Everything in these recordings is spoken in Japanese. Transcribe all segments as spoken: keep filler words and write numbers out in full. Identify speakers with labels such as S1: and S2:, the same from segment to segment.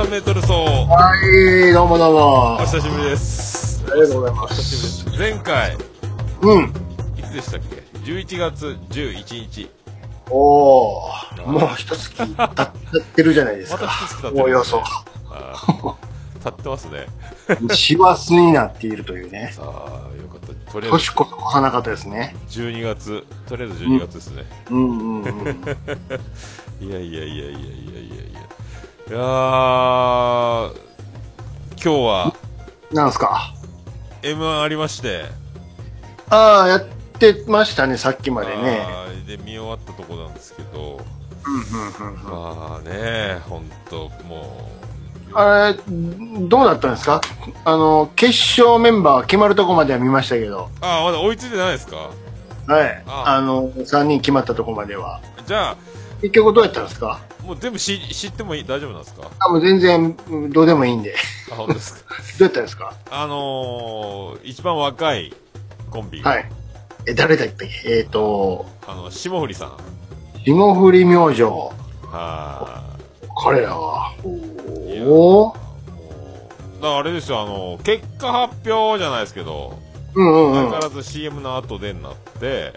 S1: んメートル走。
S2: はい、どうもどうも。
S1: お久しぶりです。
S2: ありがとうございま
S1: お久し
S2: す。
S1: ぶりです。前回、
S2: うん。
S1: いつでしたっけ？じゅういちがつじゅういちにち。
S2: おー、もう一月経ってるじゃないですか。
S1: また一月経ってるんですね。
S2: およそ。
S1: 経ってますね。
S2: 師走になっているというね。
S1: さあ、よかった。とりあえず。
S2: 年こそ越さなかったですね。
S1: じゅうにがつ。とりあえずじゅうにがつですね。
S2: うん、うん、うんうん。
S1: いやいやいやいやいやいやいや。いやー、今日は、
S2: なんすか。
S1: エムワン ありまして。
S2: ああ、やってましたね、さっきまでね。
S1: で、見終わったとこなんですけど。
S2: うん、うん、うん。
S1: まあね、ほんと、もう。
S2: あれ、どうだったんですか？あの、決勝メンバー決まるとこまでは見ましたけど。
S1: ああ、まだ追いついてないですか？
S2: はい。
S1: あ
S2: あの、さんにん決まったとこまでは。
S1: じゃあ、
S2: 結局どうやったんですか？
S1: もう全部し知ってもいい大丈夫なんですか？
S2: あ、もう全然、どうでもいいんで。
S1: あ、本当ですか？
S2: どうやったんですか？
S1: あのー、一番若いコンビが。
S2: はい。え、誰だっけ？えっ、ー、と、
S1: あの、霜降りさん。
S2: 霜降り明星。
S1: は
S2: 彼らは。
S1: い。
S2: おー。
S1: だからあれですよ、あの、結果発表じゃないですけど、
S2: うんうんうん。
S1: 相変わらず シーエム の後でになって、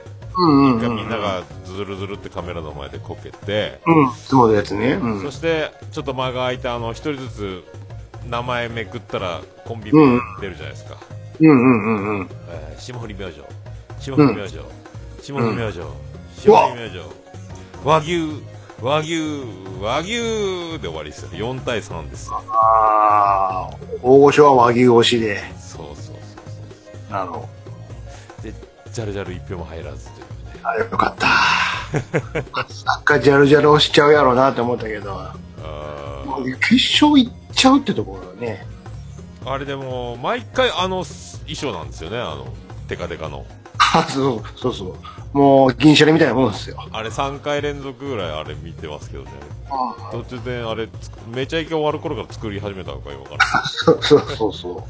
S2: うんうんうん、うん。
S1: みんながズルズルってカメラの前でこけて、
S2: うん、つもるやつね。うん。
S1: そして、ちょっと間が空いて、あの、一人ずつ名前めくったらコンビ名出るじゃないですか。
S2: うんうんうんうん。
S1: えー、霜降り明星。霜降り明星。霜降り明星。霜降り明星。和牛。和牛。和牛で終わりですよ。よんたいさんですよ。
S2: ああ、大御所は和牛推しで。
S1: そうそうそうそう。
S2: なるほ
S1: ど。で、ジャルジャル一票も入らずというね。
S2: あれよかった。サッカージャルジャル押しちゃうやろうなって思ったけど。あ決勝行っちゃうってところね。
S1: あれでも、毎回あの衣装なんですよね。あの、テカテカの。
S2: あ、そうそうそう。もう、銀シャリみたいなもんですよ。
S1: あれさんかい連続ぐらいあれ見てますけどね。突然あれ、めちゃイケ終わる頃から作り始めたのかよくわからない。
S2: そうそうそうそう。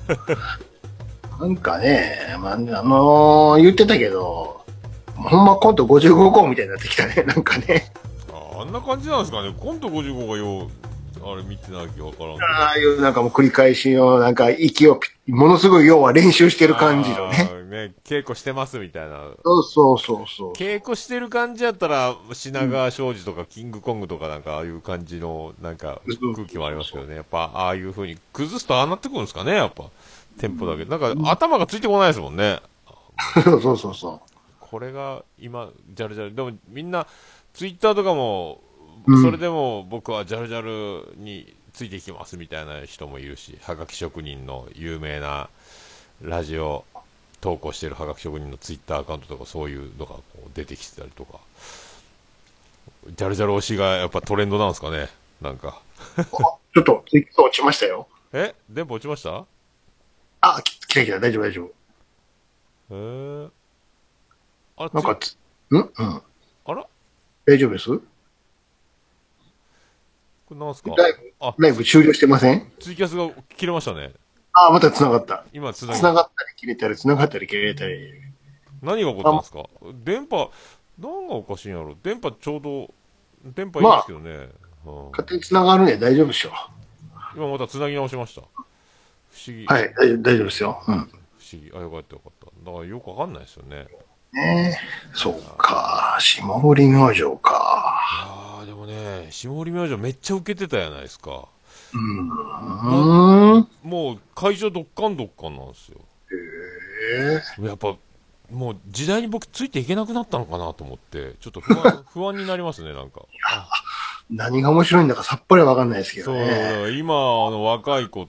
S2: なんかね、まあ、あのー、言ってたけど、ほんまコントごじゅうごこみたいになってきたね、なんかね。
S1: あ, あんな感じなんですかね。コントごじゅうごがよう、あれ見てない気わからんけど。
S2: ああいうなんかもう繰り返しの、なんか息を、ものすごい要は練習してる感じのね。
S1: ね、稽古してますみたいな。
S2: そうそうそうそう。
S1: 稽古してる感じやったら、品川庄司とかキングコングとかなんか、ああいう感じの、なんか、空気もありますけどね。やっぱ、ああいう風に崩すとああなってくるんですかね、やっぱ。テンポだけ。なんか、頭がついてこないですもんね。
S2: そうそうそうそう。
S1: これが、今、ジャルジャル。でも、みんな、ツイッターとかも、それでも僕はジャルジャルについていきますみたいな人もいるし、はがき職人の有名なラジオ投稿してるはがき職人のツイッターアカウントとかそういうのがこう出てきてたりとか、ジャルジャル推しがやっぱトレンドなんですかね、なんか
S2: ちょっとツイッター落ちましたよ。
S1: え電波落ちました？
S2: あ、来た来た、大丈夫大丈夫。
S1: へー、あれ
S2: なんかつ、んうん。
S1: あら
S2: 大丈夫です？
S1: これなんすか？
S2: ライブ、
S1: あ、
S2: ライブ終了してません？
S1: ツイキャスが切れましたね。
S2: あ、また繋がった。
S1: 今繋ぎ
S2: 繋がったり切れたり、繋がったり切れたり。
S1: 何が起こったんですか？電波、何がおかしいんやろ？電波ちょうど、電波いいんですけどね。まあ、うん、
S2: 勝手に繋がるんで大丈夫でしょう。
S1: 今また繋ぎ直しました。不思議。
S2: はい、大丈夫、大丈夫ですよ。うん。
S1: 不思議。あ、よかったよかった。だからよくわかんないですよね。
S2: ねえ。そうか。霜降り明星か。
S1: ああ、でもね、霜降り明星めっちゃ受けてたやないですか。
S2: うん。うん。
S1: もう会場どっかんどっかんなんですよ。
S2: へえ。
S1: やっぱ、もう時代に僕ついていけなくなったのかなと思って、ちょっと不安、不安になりますね、なんか。
S2: 何が面白いんだかさっぱりわかんないですけど
S1: そう、
S2: ね。
S1: 今、あの、若い子って、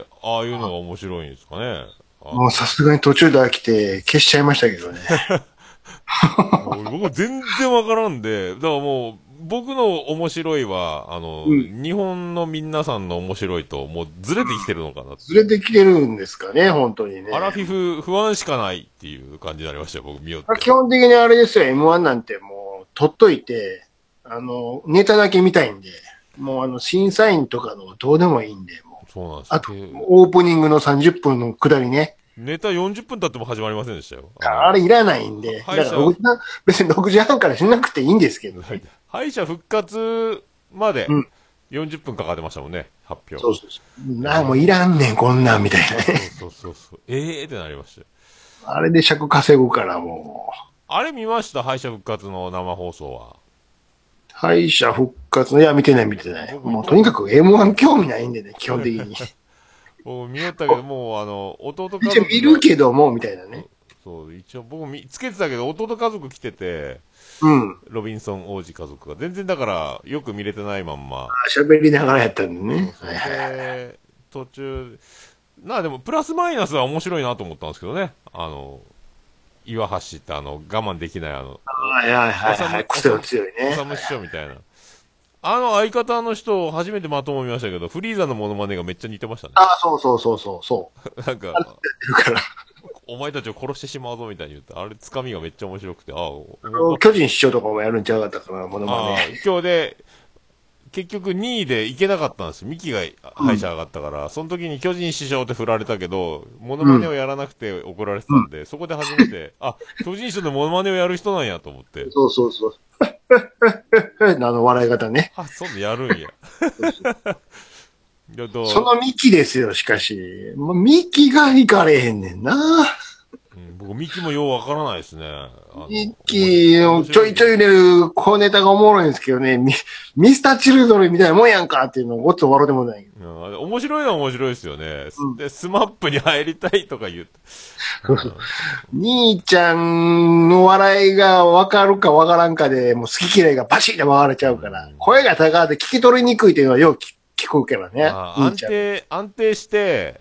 S1: ああいうのが面白いんですかね。
S2: もうさすがに途中で飽きて消しちゃいましたけどね。
S1: もう僕全然わからんで、だからもう、僕の面白いは、あの、うん、日本の皆さんの面白いと、もうずれてきてるのかなって。
S2: ずれてきてるんですかね、本当にね。
S1: アラフィフ、不安しかないっていう感じになりましたよ、僕見よって。
S2: 基本的にあれですよ、エムワン なんてもう、取っといて、あの、ネタだけ見たいんで、もうあの、審査員とかのどうでもいいんで、もう。
S1: そうなんです。
S2: あと、オープニングのさんじゅっぷんのくだりね。
S1: ネタよんじゅっぷん経っても始まりませんでしたよ。
S2: あ, あれいらないんで。だからろくじはん、別にろくじはんからしなくていいんですけど、ね。
S1: 敗者復活までよんじゅっぷんかかってましたもんね。 発表。
S2: そうそうそう。なあ、もういらんねん、こんなん、みたいなね。
S1: そうそうそう。ええーってなりましたよ。
S2: あれで尺稼ぐからもう。
S1: あれ見ました敗者復活の生放送は。
S2: 敗者復活の、いや、見てない見てない。
S1: 僕
S2: もうとにかく エムワン 興味ないんでね、基本的に。
S1: 僕見よったけど、もうあの、弟家族が。
S2: 一応見るけども、みたいなね。
S1: そう、一応僕見つけてたけど、弟家族来てて、
S2: うん。
S1: ロビンソン王子家族が。全然だから、よく見れてないまんま。
S2: 喋りながらやったんでね。
S1: そうそうで、途中、なあでも、プラスマイナスは面白いなと思ったんですけどね。あの、岩橋ってあの、我慢できないあの、
S2: はいはいはいはい。癖の強いね。
S1: おさむ師匠みたいな。あの相方の人、初めてまとも見ましたけど、フリーザのモノマネがめっちゃ似てましたね。
S2: ああ、そうそうそうそう、そう。
S1: なんか、
S2: るから。
S1: お前たちを殺してしまうぞみたいに言って、あれ、つかみがめっちゃ面白くて、あ
S2: あ巨人師匠とかもやるんちゃうかったかな、モノマネ。
S1: 今日で、結局にいで行けなかったんですよ。ミキが敗者上がったから、うん、その時に巨人師匠って振られたけど、モノマネをやらなくて怒られてたんで、うん、そこで初めて、あ、巨人師匠でモノマネをやる人なんやと思って。
S2: そうそうそう。あの笑い方ね。
S1: あ、そんなやるんや。
S2: そのミキですよ、しかし。もうミキが行かれへんねんな。
S1: うん、僕、ミキもようわからないですね。
S2: ミキのちょいちょい入れる小ネタがおもろいんですけどね、ミミスターチルドレンみたいなもんやんかっていうのをごっつ笑うでもない。
S1: うん、面白いのは面白いですよね。うん、で、スマップに入りたいとか言って。
S2: 兄ちゃんの笑いが分かるか分からんかで、もう好き嫌いがバシッて分かれちゃうから、うん、声が高くて聞き取りにくいっていうのはよく聞くけどね。
S1: 安定、安定して、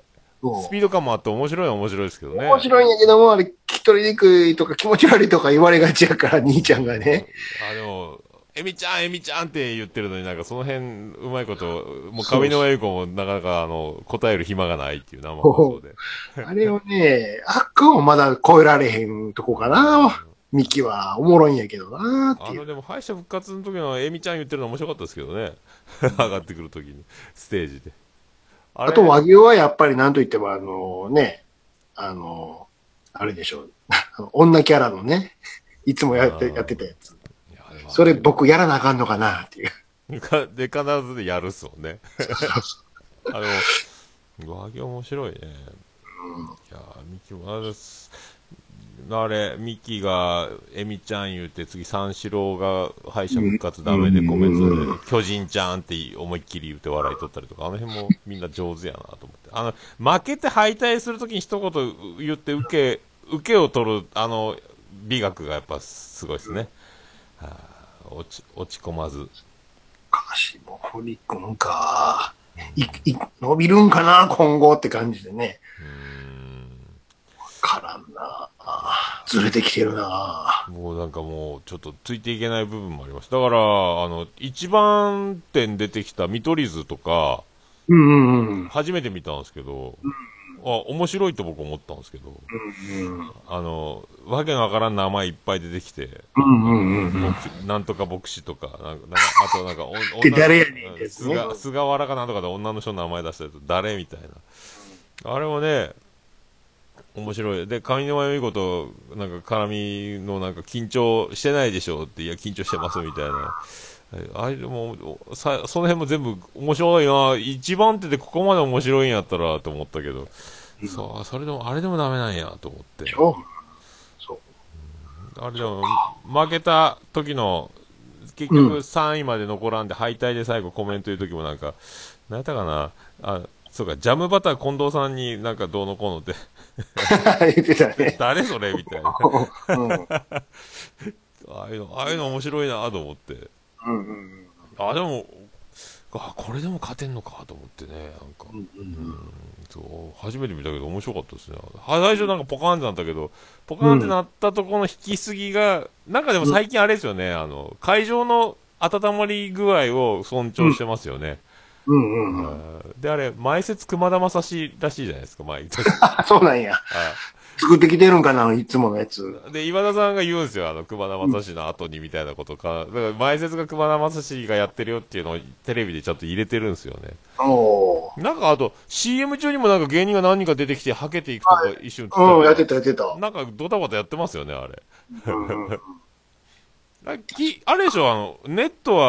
S1: スピード感もあって面白いのは面白いですけどね。
S2: 面白いんやけども、あれ聞き取りにくいとか気持ち悪いとか言われがちやから、兄ちゃんがね。
S1: あ、でも、エミちゃん、エミちゃんって言ってるのになんかその辺、うまいこと、もう上沼恵美子もなかなかあの、答える暇がないっていう生放送で。
S2: あれをね、あっかもまだ超えられへんとこかな。ミキはおもろいんやけどなっていう。
S1: あのでも敗者復活の時のエミちゃん言ってるの面白かったですけどね。上がってくる時に、ステージで。
S2: あ, あと和牛はやっぱり何と言ってもあのね、あの、あれでしょう。女キャラのね、いつもやって、やってたやつ。それ僕やらなあかんのかなっていう。
S1: で、必ずやるっすもんね。あの、和牛面白いね。うん、いやミキもあれ、あれ、ミキが、エミちゃん言うて、次、三四郎が敗者復活ダメでコメントで、巨人ちゃんって思いっきり言うて笑い取ったりとか、あの辺もみんな上手やなと思って。あの、負けて敗退するときに一言言って受け、受けを取る、あの、美学がやっぱすごいですね。はあ、落ち、落ち込まず。
S2: かしも堀君か。い、い、伸びるんかな、今後って感じでね。うーん。わからんな。ずれてきてるな。
S1: もうなんかもうちょっとついていけない部分もあります。だから、あの、一番点出てきた見取り図とか、
S2: うんうんうん、
S1: 初めて見たんですけど、うん、あ、面白いと僕思ったんですけど、うんうん、あの、わけのわからん名前いっぱい出てきて、うんうんうんうん、なんとか牧師とか、なんかなんかあとなんか、
S2: 女誰やねんって、ね、
S1: 菅、菅原かなんとかで女の人の名前出したやつ、誰みたいな。あれもね、面白い。で、上沼恵美子と、なんか絡みのなんか緊張してないでしょって、いや、緊張してますみたいな。あれも、さ、その辺も全部面白いな。一番手でここまで面白いんやったらと思ったけど、うん、そう、それでも、あれでもダメなんやと思って。そう。そう。うん、あれでも、負けた時の、結局さんいまで残らんで敗退で最後コメント言う時もなんか、何やったかな。あ、そうか、ジャムバター近藤さんになんかどうのこうのって
S2: 言ってたね。
S1: 誰それみたいな。うん、ああいうの、ああいうの面白いなと思って。うんうん、あ、でも、あ、これでも勝てんのかと思ってね、なんか。うんうんうん、そう、初めて見たけど面白かったですね。最初なんかポカーンってなったけど、ポカーンってなったところの引き継ぎが、うん、なんかでも最近あれですよね、あの、会場の温まり具合を尊重してますよね。うんうんうん、で、あれ、前説熊田正史らしいじゃないですか、前。
S2: そうなんや。作ってきてるんかな、いつものやつ。
S1: で、今田さんが言うんですよ、あの、熊田正史の後にみたいなことか。だから、前説が熊田正史がやってるよっていうのをテレビでちゃんと入れてるんですよね。おー。なんか、あと、シーエム 中にもなんか芸人が何人か出てきて、はけていくとか一瞬
S2: つった。うん、やってた、やってた。
S1: なんか、ドタバタやってますよね、あれ。うんうん、あれでしょ、あの、ネットは、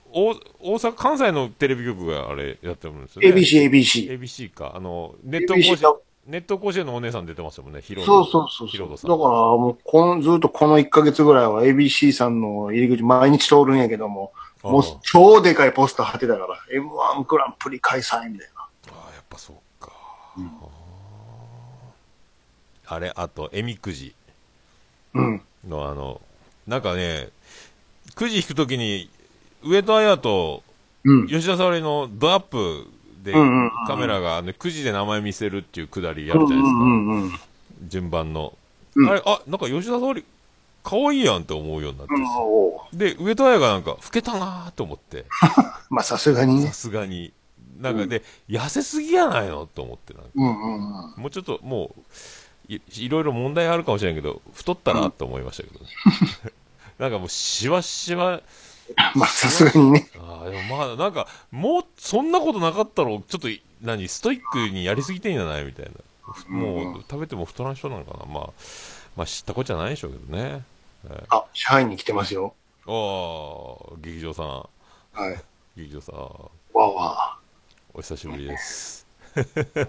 S1: 大大阪、関西のテレビ局があれやってるんですよね。
S2: エービーシー、エービーシー。
S1: エービーシー か。あの、ネット甲子園、ネット甲子園のお姉さん出てましたもんね、ヒロ
S2: そうそうそう
S1: ヒロドさん。
S2: だから、もう、この、ずっとこのいっかげつぐらいは エービーシー さんの入り口毎日通るんやけども、もう超でかいポスター貼ってたから、エムワン グランプリ開催みたいな。
S1: ああ、やっぱそうか。
S2: うん、
S1: あれ、あと、えみくじ
S2: うん
S1: のあの、なんかね、くじ引くときに、上戸彩と吉田沙保里のドアップでカメラがあのくじで名前見せるっていうくだりやるじゃないですか。うんうんうん、順番の。うん、あれ、あ、なんか吉田沙保里、可愛いやんって思うようになって、うん、で、上戸彩がなんか、老けたなーと思って。
S2: まあ、さすがにね。
S1: さすがに。なんかで、うん、痩せすぎやないのと思って、なんか、うんうんうん、もうちょっと、もうい、いろいろ問題あるかもしれんけど、太ったなと思いましたけどね。なんかもう、しわしわ、
S2: まあ、さすがにね。
S1: ああ、でもまあ、なんか、もう、そんなことなかったろ、ちょっと、何、ストイックにやりすぎてんじゃないみたいな。もう、食べても太らん人なのかな。まあ、まあ、知ったこっちゃないでしょうけどね。
S2: えー、あ、社員に来てますよ。
S1: ああ、劇場さん。
S2: はい。
S1: 劇場さん。
S2: わわ。
S1: お久しぶりです。いや、で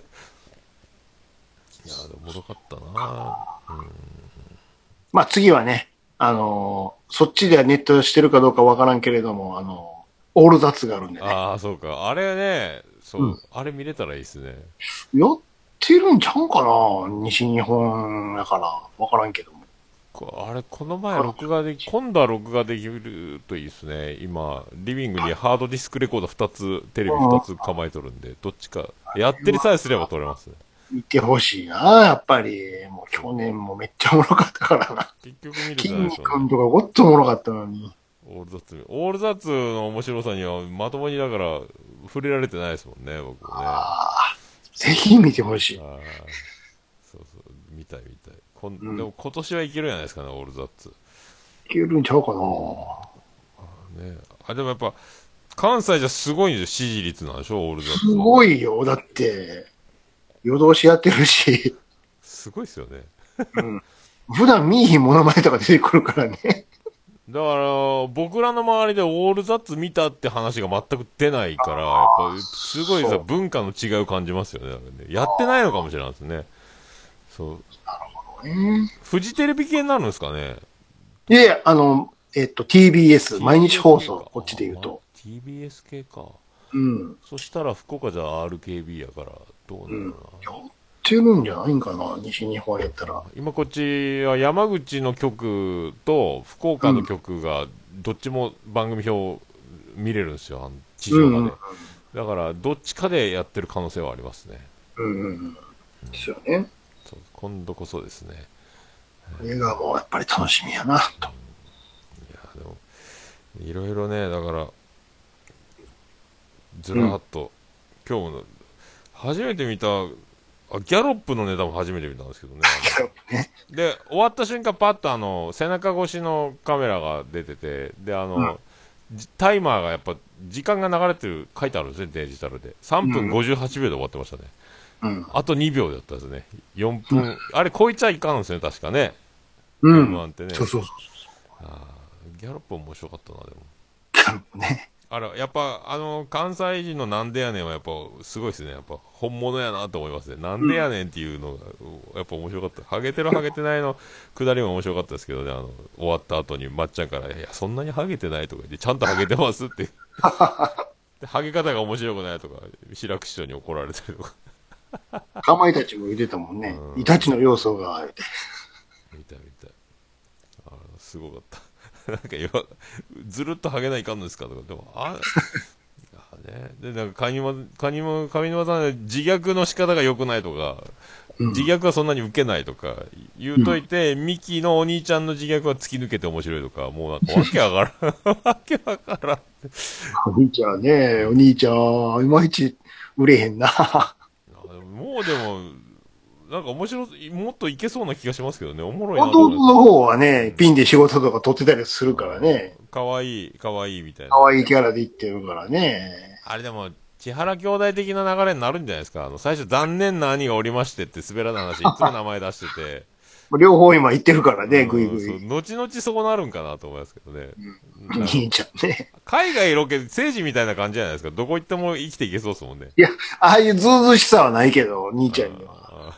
S1: も、おもろかったな。うん。
S2: まあ、次はね、あのー、そっちではネットしてるかどうかわからんけれども、あのー、オールザッツがあるんでね。
S1: ああ、そうか。あれね、そう、うん、あれ見れたらいいですね。
S2: やってるんちゃうかな、西日本だから、わからんけども。
S1: あれ、この前録画で、今度は録画できるといいですね。今、リビングにハードディスクレコードふたつ、テレビふたつ構えとるんで、どっちか、やってるさえすれば撮れます。
S2: 見てほしいな、やっぱり。もう去年もめっちゃおもろかったからな。
S1: 結局見るじゃないでしょう、ね。
S2: 筋肉とかごっとおもろかったのに。
S1: オールザッツ、オールザッツの面白さにはまともにだから触れられてないですもんね、僕もね。あ
S2: ぜひ見てほしい。あ
S1: そうそう、見たい見たい。こん、うん、でも今年はいけるんじゃないですかね、オールザッツ。
S2: いけるんちゃうかな。
S1: あ、ね、あ、でもやっぱ、関西じゃすごいんですよ、支持率なんでしょ、オールザッツ。
S2: すごいよ、だって、夜通しやってるし。
S1: すごいですよね。
S2: うん。普段見いひんモノマネとか出てくるからね。
S1: だから、僕らの周りでオールザッツ見たって話が全く出ないから、やっぱ、すごいさ、文化の違いを感じますよね。やってないのかもしれないですね。そう。
S2: なるほどね。
S1: フジテレビ系になるんですかね。
S2: いやいや、あの、えっと、ティービーエス、毎日放送、こっちで言うと。
S1: ティービーエス 系か。
S2: うん。
S1: そしたら福岡じゃ アールケービー やから、どうなるのか
S2: な。うん、やってるんじゃないんかな、西日本やったら。
S1: 今こっちは山口の局と福岡の局が、どっちも番組表見れるんですよ、地上波で。だから、どっちかでやってる可能性はありますね。
S2: うんうんうん。ですよね。
S1: そう、今度こそですね。
S2: 映画もやっぱり楽しみやな、と。
S1: いや、でも、いろいろね、だから、ずらっと、うん、今日の、初めて見た、あ、ギャロップのネタも初めて見たんですけどね。ねで、終わった瞬間、パッとあの、背中越しのカメラが出てて、で、あの、うん、タイマーがやっぱ、時間が流れてる、書いてあるんですね、デジタルで。さんぷんごじゅうはちびょうで終わってましたね。うん、あとにびょうだったですね。よんぷん、うん、あれ超えちゃいかんですね、確かね。
S2: うん。エムワン ってね。そうそうそう。
S1: あ、ギャロップ面白かったな、でも。
S2: ギャロップね。
S1: あら、やっぱ、あの、関西人のなんでやねんはやっぱ、すごいですね。やっぱ、本物やなと思いますね。なんでやねんっていうのが、やっぱ面白かった。ハゲてるハゲてないのくだりも面白かったですけどね、あの、終わった後にまっちゃんから、いや、そんなにハゲてないとか言って、ちゃんとハゲてますって。で、ハゲ方が面白くないとか、志らく師匠に怒られたりとか。
S2: かまいたちも言ってたもんね。イタチの要素がある。
S1: 見た見た。あ、すごかった。なんか言わ、ずるっとハゲないかんのですかとか、でも、あ、あね、で、なんか、カニマ、カニマ、上沼さん、自虐の仕方が良くないとか、うん、自虐はそんなに受けないとか、言うといて、うん、ミキのお兄ちゃんの自虐は突き抜けて面白いとか、もうなんか、わけわからん。わけわからん。
S2: お兄ちゃんね、お兄ちゃん、いまいち売れへんな。
S1: もうでも、なんか面白い、もっといけそうな気がしますけどね、おもろいなと
S2: 思います。弟の方はね、ピンで仕事とか取ってたりするからね。
S1: かわいい、かわいいみたいな。
S2: かわいいキャラで言ってるからね。
S1: あれでも、千原兄弟的な流れになるんじゃないですか。あの、最初残念な兄がおりましてって滑らない話、いつも名前出してて、
S2: 両方今言ってるからね、ぐいぐ
S1: そう
S2: い。
S1: 後々そうなるんかなと思いますけどね。
S2: うん、兄ちゃんね。
S1: 海外ロケ、政治みたいな感じじゃないですか。どこ行っても生きていけそうですもんね。
S2: いや、ああいうずうずうしさはないけど、兄ちゃんには。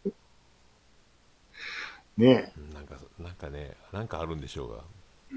S2: ねえ。
S1: なんか、なんかね、なんかあるんでしょうが。
S2: うん、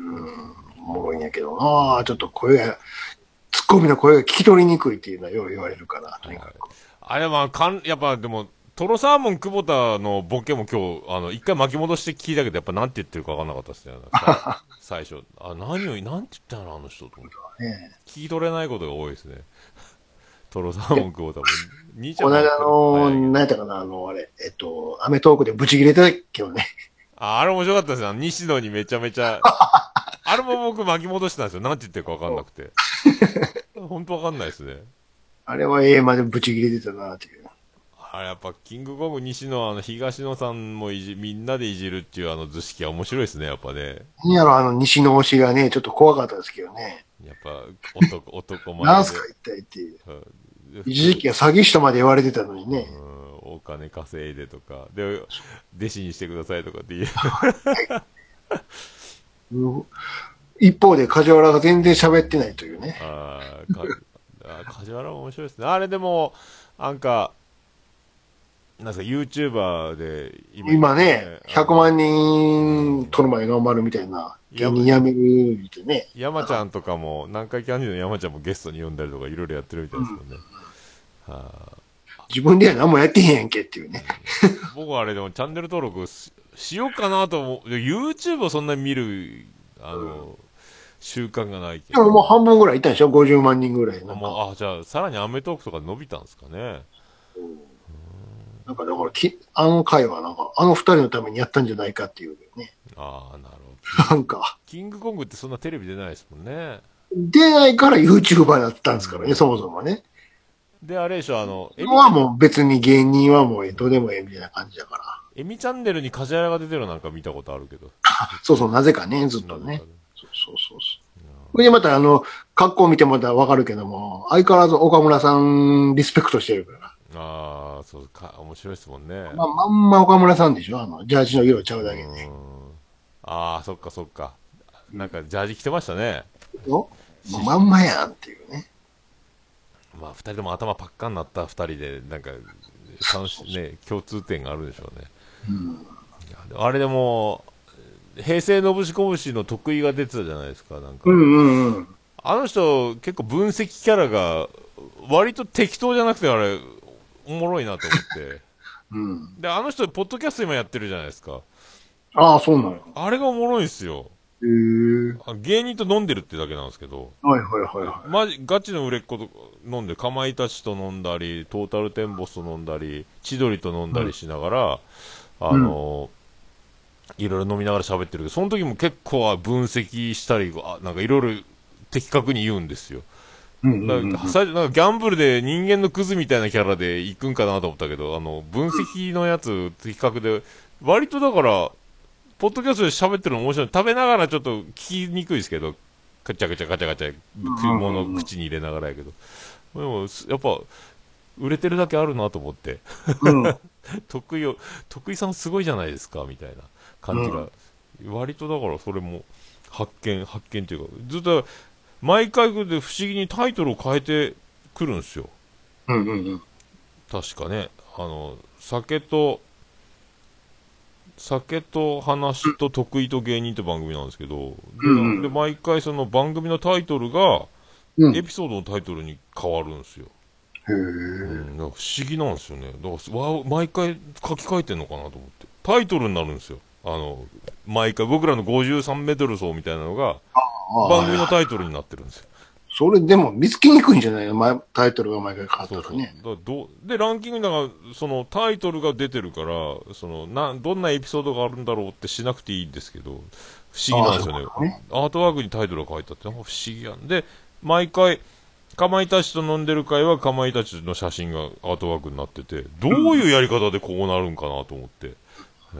S2: おもろいんやけどな、ちょっと声が、ツッコミの声が聞き取りにくいっていうのはよう言われるから、とにかく。
S1: あれは、かん、やっぱでも、トロサーモン久保田のボケも今日、あの、一回巻き戻して聞いたけど、やっぱなんて言ってるか分かんなかったですね。最初。あ、何を、なんて言ったのあの人と思って。ね、聞き取れないことが多いですね。トロサーモン久保田も。兄ちゃんも。
S2: この間の、何やったかな、あの、あれ、えっと、アメトークでブチ切れたけどね。
S1: あ、あれ面白かったですよ。西野にめちゃめちゃ。あれも僕巻き戻したんですよ。なんて言ってるか分かんなくて。本当分かんないですね。
S2: あれはええまでブチ切れてたな、っていう。
S1: あれやっぱ、キングコング西野、あの、東野さんもいじ、みんなでいじるっていうあの図式は面白いですね、やっぱね。
S2: 何やろ、あの西の推しがね、ちょっと怖かったですけどね。
S1: やっぱ、男、男前で。
S2: なんすか一体っていう。一時期は詐欺師とまで言われてたのにね。
S1: うん、お金稼いでとか、で、弟子にしてくださいとかって言う。
S2: 一方で梶原が全然喋ってないというね。
S1: ああ、か、あ梶原も面白いですね。あれでも、なんか、なんすか、YouTuber で
S2: 今、今ね、ひゃくまん人取る前頑張るみたいな、芸人辞めるってね。
S1: 山ちゃんとかも、南海キャンディーの山ちゃんもゲストに呼んだりとか、いろいろやってるみたいですもんね。うん、はあ、
S2: 自分では何もやってへんやんけっていうね。
S1: 僕はあれでもチャンネル登録 し, しようかなと思う。YouTube をそんなに見る、あの、うん、習慣がないけど。
S2: でももう半分ぐらいいったんでしょ ?ごじゅう 万人ぐらい。なんか
S1: もう、あ、じゃあ、さらにアメトークとか伸びたんですかね。うん、
S2: なんかだからき、あの回はなんか、あの二人のためにやったんじゃないかっていうね。
S1: ああ、なる
S2: ほど。なんか。
S1: キングコングってそんなテレビ出ないですもんね。
S2: 出ないから YouTuber だったんですからね、うん、そもそもね。
S1: で、あれでしょ、あの、
S2: 今はもう別に芸人はもうどうでもええみたいな感じだから。
S1: エミチャンネルに梶原が出てるなんか見たことあるけど。
S2: そうそう、なぜかね、ずっとね。そうそうそうそう。それでまたあの、格好見てもらったらわかるけども、相変わらず岡村さんリスペクトしてるから。
S1: ああ、そうか、面白いですもんね。
S2: まあ、まんま岡村さんでしょあの、ジャージの色ちゃうだけで。
S1: ああ、そっかそっか。なんかジャージ着てましたね。
S2: よ、まんまやんっていうね。
S1: まあ、二人とも頭パッカになった二人で、なんか、ね、共通点があるでしょうね。うん、あれでも、平成のぶしこぶしの得意が出てたじゃないですか、なんか。
S2: うんうんうん、
S1: あの人、結構分析キャラが、割と適当じゃなくて、あれ、おもろいなと思って。うん、で、あの人、ポッドキャスト今やってるじゃないですか。
S2: ああ、そうなの。
S1: あれがおもろいんですよ。
S2: へえ。
S1: 芸人と飲んでるってだけなんですけど。
S2: はいはいはいはい。
S1: マジ、ガチの売れっ子と飲んで、かまいたちと飲んだり、トータルテンボスと飲んだり、千鳥と飲んだりしながら、うん、あの、うん、いろいろ飲みながら喋ってるけど、その時も結構分析したり、あ、なんかいろいろ的確に言うんですよ。なんか最初なんかギャンブルで人間のクズみたいなキャラで行くんかなと思ったけど、あの、分析のやつ的確で、割とだから、ポッドキャストで喋ってるの面白い。食べながらちょっと聞きにくいですけど、ガチャガチャガチャガチャ、食い物を口に入れながらやけど。でも、やっぱ、売れてるだけあるなと思って。うん、得意を、得意さんすごいじゃないですか、みたいな感じが。うん、割とだからそれも発見、発見というか、ずっと、毎回で不思議にタイトルを変えてくるんですよ。
S2: うんうんうん。
S1: 確かね、あの、酒と、酒と話と得意と芸人って番組なんですけど、うんうん、で、で毎回その番組のタイトルが、エピソードのタイトルに変わるんですよ。
S2: へえ、
S1: うん、不思議なんですよね。だからわ毎回書き換えてんのかなと思って。タイトルになるんですよ。あの、毎回僕らのごじゅうさんメートル走みたいなのが、番組のタイトルになってるんですよ。
S2: それでも見つけにくいんじゃないのタイトルが毎回変わったらね。
S1: そうそう。だどで、ランキングだから、そのタイトルが出てるから、そのな、どんなエピソードがあるんだろうってしなくていいんですけど、不思議なんですよね。ね、アートワークにタイトルが書いてあって、なんか不思議やんで、毎回、かまいたちと飲んでる会はかまいたちの写真がアートワークになってて、どういうやり方でこうなるんかなと思って、うん、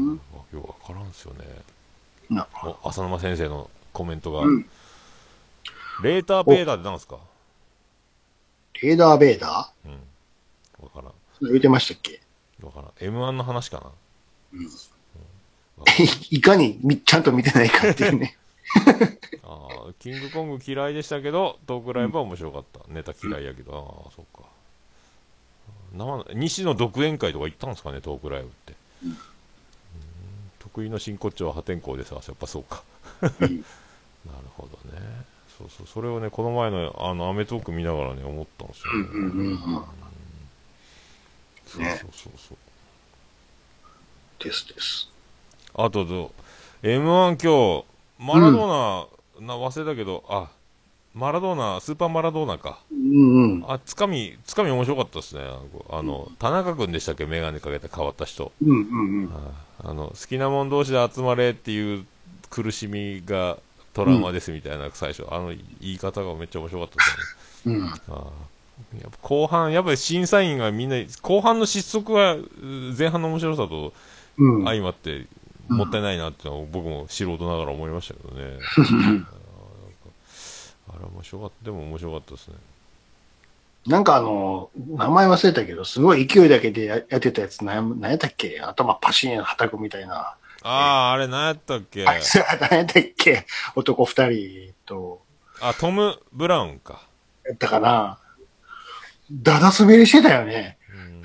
S1: えー、よくわからんすよね。な浅沼先生のコメントが、うん、レーターベーダーって何すか？
S2: レーダーベーダー？
S1: うん。わからん。
S2: それ言ってましたっけ？
S1: わからん。エムワン の話かな。うん。
S2: いかにみちゃんと見てないかっていうね。
S1: ああ、キングコング嫌いでしたけど、トークライブは面白かった。ネタ嫌いやけど、ああ、そっか。生西の独演会とか行ったんですかね、トークライブって。得意の真骨頂は破天荒ですわ、やっぱそうか。なるほどね。そうそう、それをね、この前のあのアメトーク見ながらね、思ったんですよね。
S2: うんうんうんうん。
S1: そうそうそうそう。
S2: ですです。
S1: あとど、エムワン 今日、マラドーナ、な忘れたけど、あ、マラドーナ、スーパーマラドーナか。
S2: うんうん。
S1: あ、つかみ、つかみ面白かったですね。あの、田中君でしたっけ、メガネかけて変わった人。
S2: うんうんうん。
S1: あの、好きなもん同士で集まれっていう苦しみがトラウマですみたいな、最初、あの言い方がめっちゃ面白かったですよね。うん。あやっぱ後半、やっぱり審査員がみんな、後半の失速は前半の面白さと相まってもったいないなってのは僕も素人ながら思いましたけどね。あれ面白かった、でも面白かったですね。
S2: なんかあの、名前忘れたけど、すごい勢いだけでややってたやつ、なん何やったっけ、頭パシーンはたくみたいな。
S1: ああ、あれ何やったっけ。
S2: あいつは何やったっけ、男二人と。
S1: あ、トム・ブラウンか。
S2: やったかな。だだ滑りしてたよね。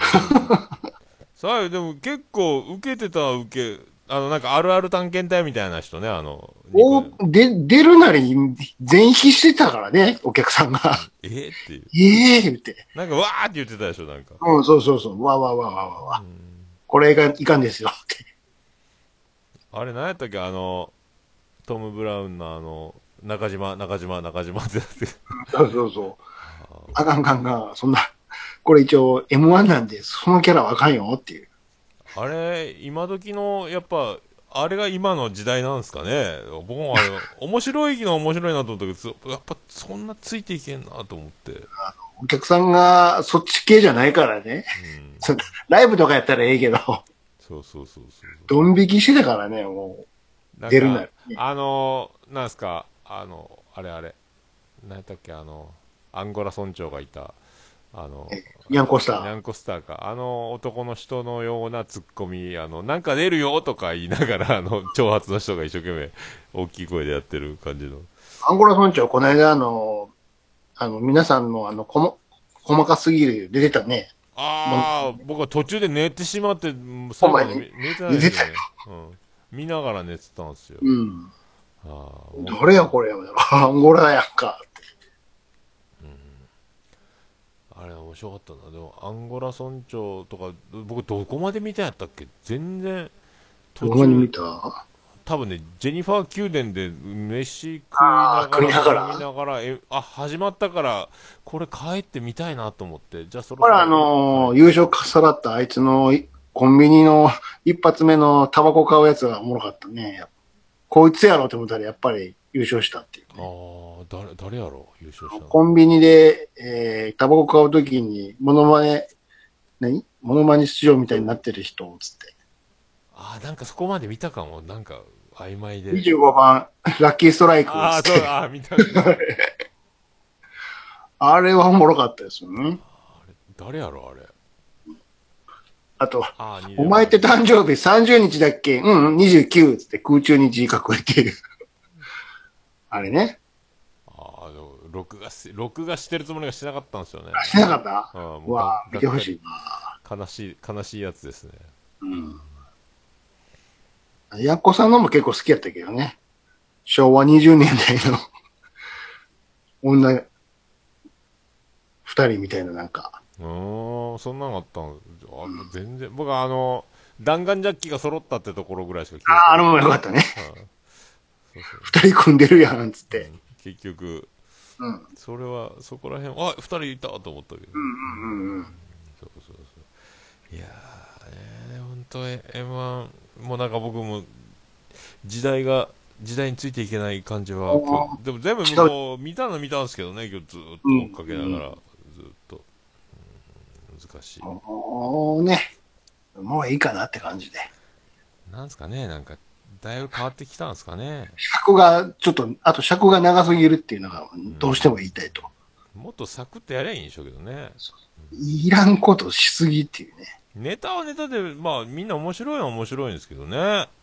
S1: さあ、でも結構受けてた受け、あの、なんかあるある探検隊みたいな人ね、あの、
S2: おで、出るなり全否してたからね、お客さんが。
S1: えー、っていう。
S2: ええー、言って。
S1: なんかわーって言ってたでしょ、なんか。
S2: うん、そうそうそう。わわわわわわ。これがいかんですよ、って。
S1: あれ何やったっけ、あの、トム・ブラウンのあの、中島、中島、中島ってやつ。
S2: そうそうそう。あかんかんかん、そんな。これ一応 エムワン なんで、そのキャラはあかんよっていう。
S1: あれ、今時の、やっぱ、あれが今の時代なんですかね。僕もあれ、面白いのは面白いなと思ったけど、やっぱそんなついていけんなと思って。
S2: お客さんがそっち系じゃないからね。うん、ライブとかやったらええけど。
S1: そうそうそうそう。
S2: ドン引きしてたからね、もう。出るなら、ね。
S1: あのー、なんすか、あの、あれあれ。何やったっけ、あの、アンゴラ村長がいた。あの、
S2: ニャンコスター。
S1: ニャンコスターか。あの男の人のようなツッコミ、あの、なんか出るよとか言いながら、あの、挑発の人が一生懸命大きい声でやってる感じの。
S2: アンゴラ村長、この間、あの、あの、皆さんの、あの、こも、細かすぎる出てたね。
S1: ああ、僕は途中で寝てしまって、最後まで見えてないですよね。うん。見ながら寝てたんですよ。
S2: うん。
S1: あ
S2: どれやこれや、アンゴラやんか。
S1: あれ面白かったな。でもアンゴラ村長とか僕どこまで見たんやったっけ、全然
S2: 途中。どこまで見た？
S1: 多分ね、ジェニファー宮殿で飯食いながら
S2: ながら
S1: 見ながらえあ始まったからこれ帰ってみたいなと思って、じゃあそろ
S2: そろ。ほらあのーはい、優勝かっさらったあいつのコンビニの一発目のタバコ買うやつがおもろかったね。こいつやろうと思ったらやっぱり優勝したっていう、ね。
S1: ああ、誰、誰やろう優勝したの。
S2: コンビニで、えー、タバコ買うときに、モノマネ、何モノマネ出場みたいになってる人、つって。
S1: ああ、なんかそこまで見たかも。なんか、曖昧で。
S2: にじゅうごばん、ラッキーストライク。
S1: ああ、そう、ああ、見た見た。
S2: あれはおもろかったですよね。
S1: あれ誰やろあれ。
S2: あと、あお前って誕生日さんじゅうにちだっけ、うん、にじゅうきゅうつって空中に字書くっていう。あれね。
S1: ああ、でも録画し、録画してるつもりがしてなかったんですよね。
S2: してなかった、
S1: うん、
S2: うわ見てほしい
S1: な。悲しい、悲しいやつですね。
S2: うん。やっこさんのも結構好きやったけどね。しょうわにじゅうねんだいの女二人みたいななんか。
S1: うん、そんなのあったの。あ全然、僕はあの、弾丸ジャッキが揃ったってところぐらいしか聞いてない。
S2: ああ、あれもよかったね。二人組んでるやん、つって。うん、
S1: 結局、
S2: うん、
S1: それは、そこら辺、あ、二人いたと思ったけど。
S2: うんうんうんうん。
S1: そうそうそう。いやー、ね、本当エムワン、もうなんか僕も、時代が、時代についていけない感じは、でも全部もう見たの見たんですけどね、今日ずっと追っかけながら、うん、ずっと、うん、難しい。
S2: もうね、もういいかなって感じで。
S1: なんですかね、なんか、だいぶ変わってきたんですかね。
S2: 尺が、ちょっと、あと尺が長すぎるっていうのが、どうしても言いたいと。
S1: うん、もっとサクッとやりゃいいんでしょうけどね。
S2: いらんことしすぎっていうね。
S1: ネタはネタで、まあみんな面白いのは面白いんですけどね。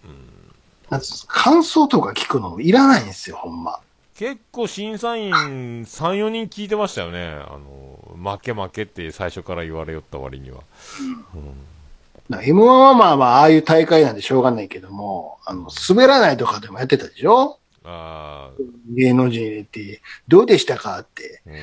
S2: なんつ感想とか聞くのいらないんですよ、ほんま。
S1: 結構審査員さん、よにん聞いてましたよね。あの、負け負けって最初から言われよった割には。
S2: うん、エムワン はまあまあ、ああいう大会なんでしょうがないけども、あの、滑らないとかでもやってたでしょ。
S1: ああ。
S2: 芸能人入れて、どうでしたかって。
S1: うん。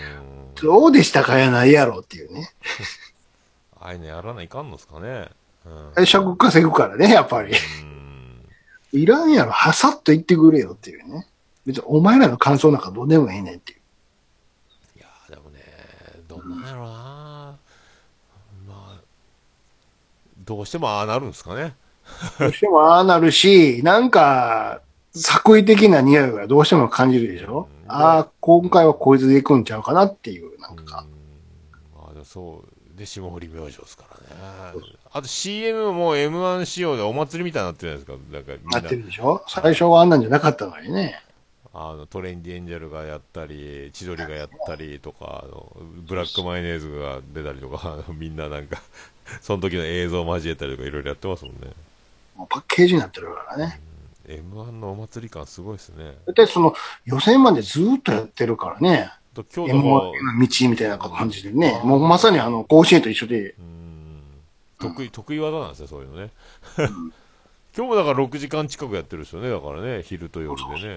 S2: どうでしたかやないやろっていうね。
S1: ああいうのやらないかんのすかね。
S2: うん、尺稼ぐからね、やっぱり。いらんやろ、はさっと言ってくれよっていうね。別にお前らの感想なんかどうでもええねんっていう。
S1: いやー、でもね、どんなんやろうな、まあ、どうしてもああなるんですかね。
S2: どうしてもああなるし、なんか、作為的な匂いがどうしても感じるでしょ。ああ、今回はこいつで行くんちゃうかなっていう、なんか。
S1: まあ、そうで霜降り明星ですからね。あと シーエム も エムワン 仕様でお祭りみたいになってるじゃないですか。なんかみんな
S2: なってるでしょ。最初はあんなんじゃなかったのにね。
S1: あのトレンディエンジェルがやったり、千鳥がやったりとか、あのブラックマヨネーズが出たりとか、みんななんかその時の映像を交えたりとかいろいろやってますもんね。
S2: もうパッケージになってるからね。
S1: うん、エムワン のお祭り感すごいですね。
S2: だってその予選までずーっとやってるからね。
S1: と今日
S2: エムワン
S1: も
S2: の道みたいな感じでね。もうまさにあの甲子園と一緒で。
S1: うん、得意、得意技なんですよ、そういうのね。
S2: うん、
S1: 今日もだからろくじかん近くやってるんですよね、だからね、昼と夜でね。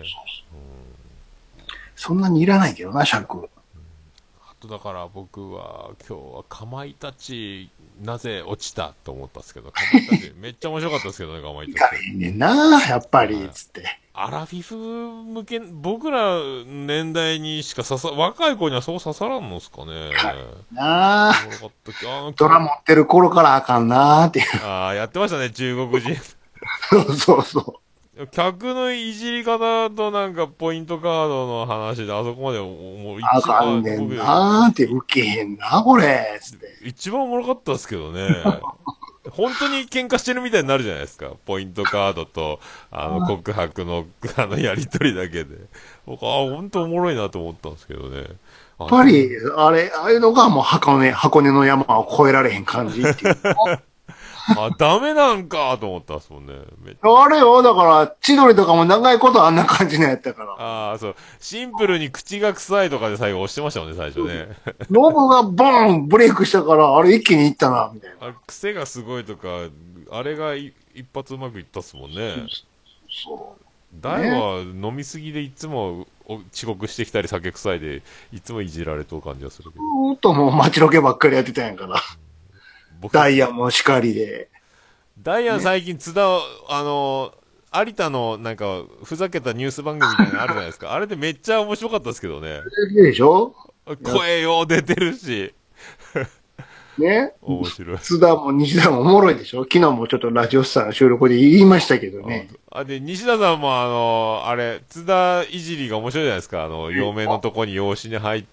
S2: そんなにいらないけどな、尺。
S1: あとだから僕は今日はかまいたちなぜ落ちたと思ったんですけど、かまいたちめっちゃ面白かったですけどね、かまい
S2: い
S1: たち。
S2: かへんねんな、やっぱり、つって。
S1: アラフィフ向け、僕ら年代にしか刺さ、若い子にはそう刺さらんのっすかね。
S2: なあ。
S1: おもろかったあの
S2: ドラ持ってる頃からあかんなーっていう。
S1: あー、やってましたね、中国人。
S2: そうそうそ
S1: 客のいじり方となんかポイントカードの話であそこまでもう
S2: う。あ
S1: 一
S2: かんねん
S1: 番僕
S2: なーって、ウケへんな、これ、つって。
S1: 一番おもろかったですけどね。本当に喧嘩してるみたいになるじゃないですか。ポイントカードと、あの、告白の、あの、やりとりだけで。僕、あ、本当おもろいなと思ったんですけどね。やっ
S2: やっぱり、あれ、ああいうのがもう箱根、箱根の山を越えられへん感じっていう。
S1: あ、ダメなんかと思ったんですもんね。めっ
S2: あれよ、だから、千鳥とかも長いことあんな感じのやったから。
S1: ああ、そう。シンプルに口が臭いとかで最後押してましたもんね、最初ね。
S2: ノブがボーンブレイクしたから、あれ一気にいったな、みたいな。
S1: あ、癖がすごいとか、あれがい一発うまくいったっすもんね。
S2: そう。
S1: 大は飲みすぎでいつも遅刻してきたり酒臭いで、いつもいじられとる感じがするけど。
S2: ずーっともう街ロケばっかりやってたんやから。
S1: 僕、
S2: ダイヤもしかりで。
S1: ダイアン最近津田、あの、有田のなんか、ふざけたニュース番組みたいなのあるじゃないですか。あれでめっちゃ面白かったですけどね。
S2: でしょ
S1: 声よう出てるし。
S2: ね。
S1: 面白い。
S2: 津田も西田もおもろいでしょ。昨日もちょっとラジオスターの収録で言いましたけどね。
S1: あ、で、西田さんもあの、あれ、津田いじりが面白いじゃないですか。あの、嫁のとこに養子に入って、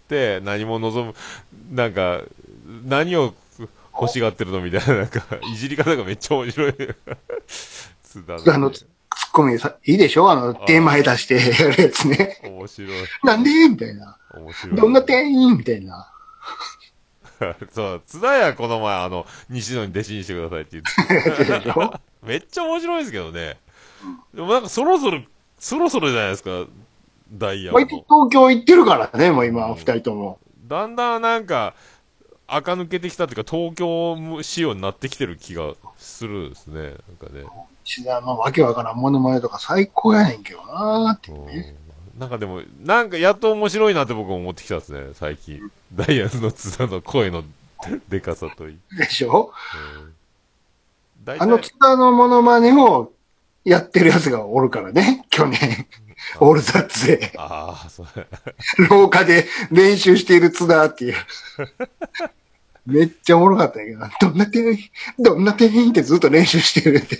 S1: 何も望む、なんか、何を欲しがってるのみたいな、なんか、いじり方がめっちゃ面白い。津田
S2: あの、ツッコミさ、いいでしょあの、テーマ下手してやるやつね。
S1: 面白い。
S2: なんでみたいな。
S1: 面白い。
S2: どんな店員みたいな。
S1: そう、津田やこの前、あの、西野に弟子にしてくださいって言って。
S2: でしょ
S1: めっちゃ面白いですけどね。でもなんかそろそろ、そろそろじゃないですか、ダイヤ
S2: まあ、
S1: も。
S2: 東京行ってるからね、もう今、
S1: うん
S2: 二人とも。
S1: だんだんなんか、垢抜けてきたっていうか、東京仕様になってきてる気がするですね。なんかね。
S2: 石田のわけわからんモノマネとか最高やねんけどなーっていうね。
S1: なんかでも、なんかやっと面白いなって僕も思ってきたんですね、最近。ダイヤの津田の声のでかさといい。
S2: でしょ
S1: 大体
S2: あの津田のモノマネをやってるやつがおるからね、去年。オールザッツで。
S1: ああ、そう。
S2: 廊下で練習している津田っていう。めっちゃおもろかったんやけど、どんな店員、どんな店員ってずっと練習してるって。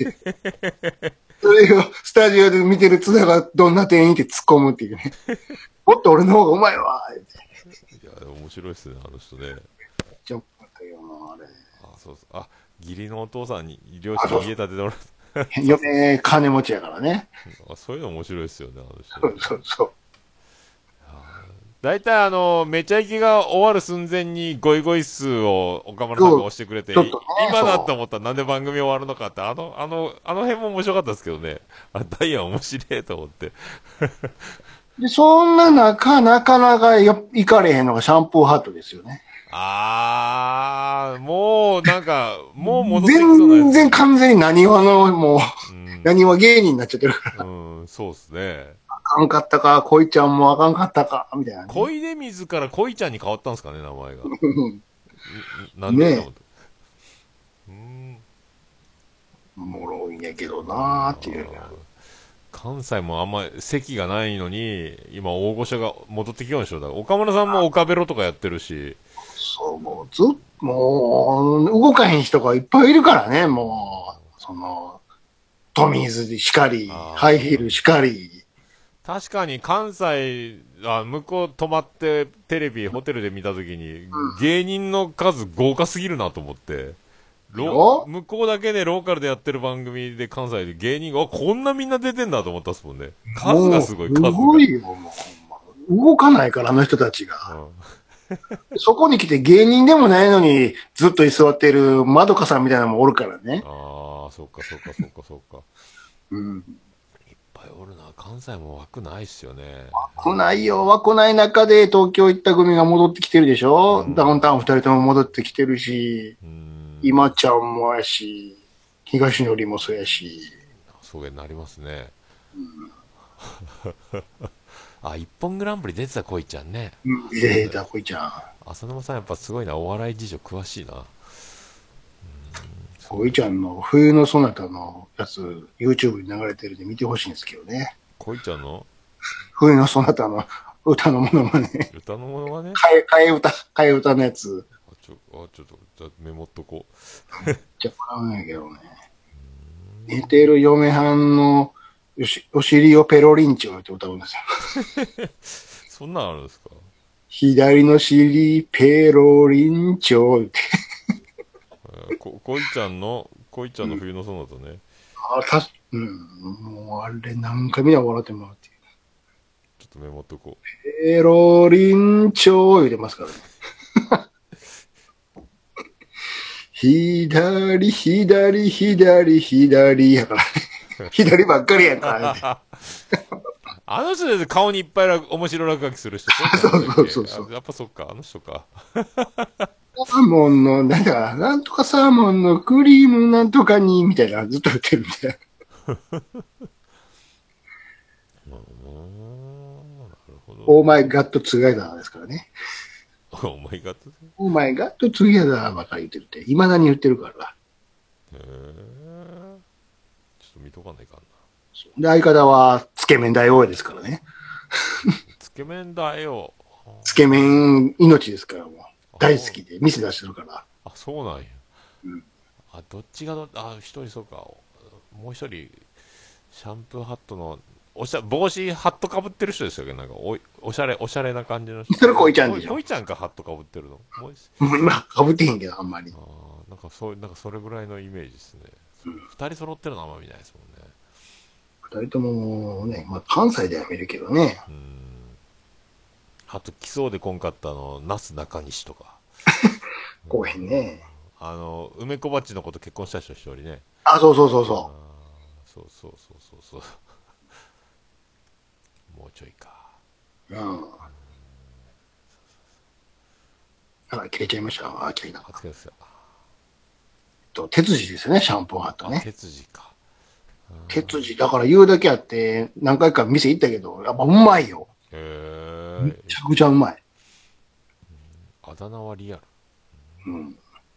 S2: それをスタジオで見てる津田がどんな店員って突っ込むっていうね。もっと俺の方がうまいわって。
S1: いや、面白いっすね、あの人ね。
S2: めっちゃ面白かったよな、あれ。
S1: あ、そうそう。あ、義理のお父さんに、両親に家建ててもらっ
S2: 嫁金持ちやからね。
S1: た。あ、そういうの面白いっすよね、あの人。
S2: そうそうそう。
S1: 大体あの、めちゃイケが終わる寸前にゴイゴイスーを岡村さんが押してくれて、
S2: ちょっとね
S1: 今だ
S2: そう
S1: と思ったらなんで番組終わるのかって、あの、あの、あの辺も面白かったですけどね。あ、ダイヤ面白いと思って。
S2: で、そんな中、なかなかよ行かれへんのがシャンプーハットですよね。
S1: あー、もうなんか、もう戻ってきそうなやつ。
S2: 全然完全に何話の、もう、
S1: うん、
S2: 何話芸人になっちゃってるから。
S1: うん、そうっすね。
S2: あかんかったか、恋ちゃんもあかんかったか、みたいなね。
S1: 恋出水から恋ちゃんに変わったんですかね、名前が。んなんでって
S2: ね
S1: 思った。うーん。
S2: え、おもろいんやけどなーっていう。
S1: 関西もあんま席がないのに、今大御所が戻ってきようんでしょ。だから岡村さんも岡ベロとかやってるし。
S2: そう、もうずっと、もう、動かへん人がいっぱいいるからね、もう、その、トミーズしかり、
S1: あー
S2: ハイヒールしかり。
S1: 確かに関西、あ、向こう泊まってテレビ、ホテルで見たときに、芸人の数豪華すぎるなと思って。ロ向こうだけでローカルでやってる番組で関西で芸人が、あ、こんなみんな出てんだと思ったっすもんね。数がすごい、数が。
S2: すごいよ、もう、ほんま。動かないから、あの人たちが。
S1: うん、
S2: そこに来て芸人でもないのに、ずっと居座ってるまどかさんみたいなのもおるからね。
S1: ああ、そっかそっかそっかそっか。
S2: うん。
S1: いっぱいおるな。関西も枠ないっすよね。
S2: 来ないよ、は来ない中で東京行った組が戻ってきてるでしょ、
S1: うん
S2: ダウンタウン二人とも戻ってきてるし、
S1: うーん。
S2: 今ちゃんもやし、東のりもそうやし。
S1: そうになりますね。あ、一本グランプリ出てた恋ちゃんね。
S2: うん、ええだ、こいちゃん。
S1: 浅沼さんやっぱすごいな。お笑い事情詳しいな。
S2: こいちゃんの冬のそなたのやつ、YouTube に流れてるんで見てほしいんですけどね。
S1: 恋ちゃんの
S2: 冬のそなたの歌のものまね。
S1: 歌のものはね。
S2: 替え、替え歌、替え歌のやつ。
S1: あ、ちょ、あ、ちょっと、じゃあメモっとこ
S2: じゃあ、んやけどね。寝てる嫁はんのおしお尻をペロリンチョって歌うんですよ。
S1: う。そんなんあるんですか？
S2: 左の尻ペロリンチョって。
S1: えーこ、恋ちゃんの、恋ちゃんの冬のソナタね。
S2: あ、たし、うん、もうあれ何回見たら笑ってもらうっていう。
S1: ちょっとメモっとこ
S2: ペロリンチョ言うてますからね。左、左、左、左やからね。左ばっかりやからね。
S1: う。あの人で顔にいっぱいら面白落書きする人、恋ちゃんだっけ？
S2: そうそうそうそう
S1: あ、やっぱそっか、あの人か。
S2: サーモンの、なんだ、なんとかサーモンのクリームなんとかに、みたいな、ずっと言ってるみたいな。
S1: うーん、なるほど。
S2: オーマイガットツーゲザーですからね。
S1: お前がと、
S2: オーマイガットツーゲザーばっかり言ってるって、未だに言ってるから。
S1: へえ。ちょっと見とかないかんな。
S2: で、相方は、つけ麺大王ですからね。
S1: つけ麺だよ。
S2: つけ麺命ですから、もう。大好きで、店出してるから。
S1: あ、そうなんや。
S2: うん、
S1: あ、どっちがど、あ、一人そうか。もう一人、シャンプーハットの、おしゃ、帽子、ハットかぶってる人ですよね。なんかおい、おしゃれ、おしゃれな感じの人。
S2: それこいちゃんでしょ
S1: こいちゃんか、ハットかぶってるの。もう
S2: もう今、かぶってへんけど、あんまり。
S1: あーなんかそう、なんかそれぐらいのイメージですね。
S2: うん、
S1: 二人揃ってるのあんま見ないですもんね。
S2: 二人ともね、まあ、関西では見るけどね。
S1: うん。あと、来そうでこんかったあの、なすなかにしとか。
S2: こうへんね。
S1: あの、梅小鉢のこと結婚した人一人ね。
S2: あ、そうそうそう
S1: あ
S2: そ
S1: ーそうそうそうそうそう。もうちょいか。
S2: う。うん。だから切れちゃいました。あ、切れなかった。
S1: 初ですよ。
S2: と、鉄次ですよね、シャンプーハット
S1: あ、
S2: ね。
S1: 鉄次か。
S2: 鉄次、だから言うだけあって、何回か店行ったけど、やっぱうまいよ。
S1: へえ。
S2: めちゃくちゃうまい。
S1: あだ名はリアル。
S2: うん。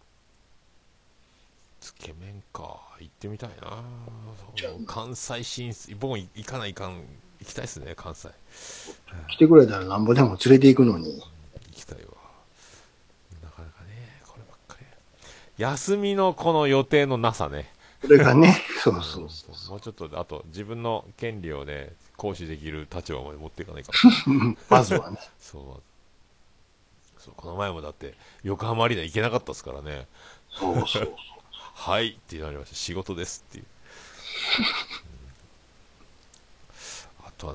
S1: つけ麺か。行ってみたいな。
S2: じゃあ
S1: 関西進出、僕も行かないかん。行きたいですね、関西。
S2: 来てくれたらなんぼでも連れて行くのに。
S1: 行きたいわ。なかなかね、こればっかり。休みのこの予定のなさね。
S2: それがね、そうそうそう。
S1: もうちょっと、あと自分の権利をね、行使できる立場まで持っていかないかも。
S2: まずはね。
S1: そうそう、この前もだって横浜アリーナ行けなかったですからね。
S2: そうそうそう。
S1: はいってなりました。仕事ですっていう。うん、あとは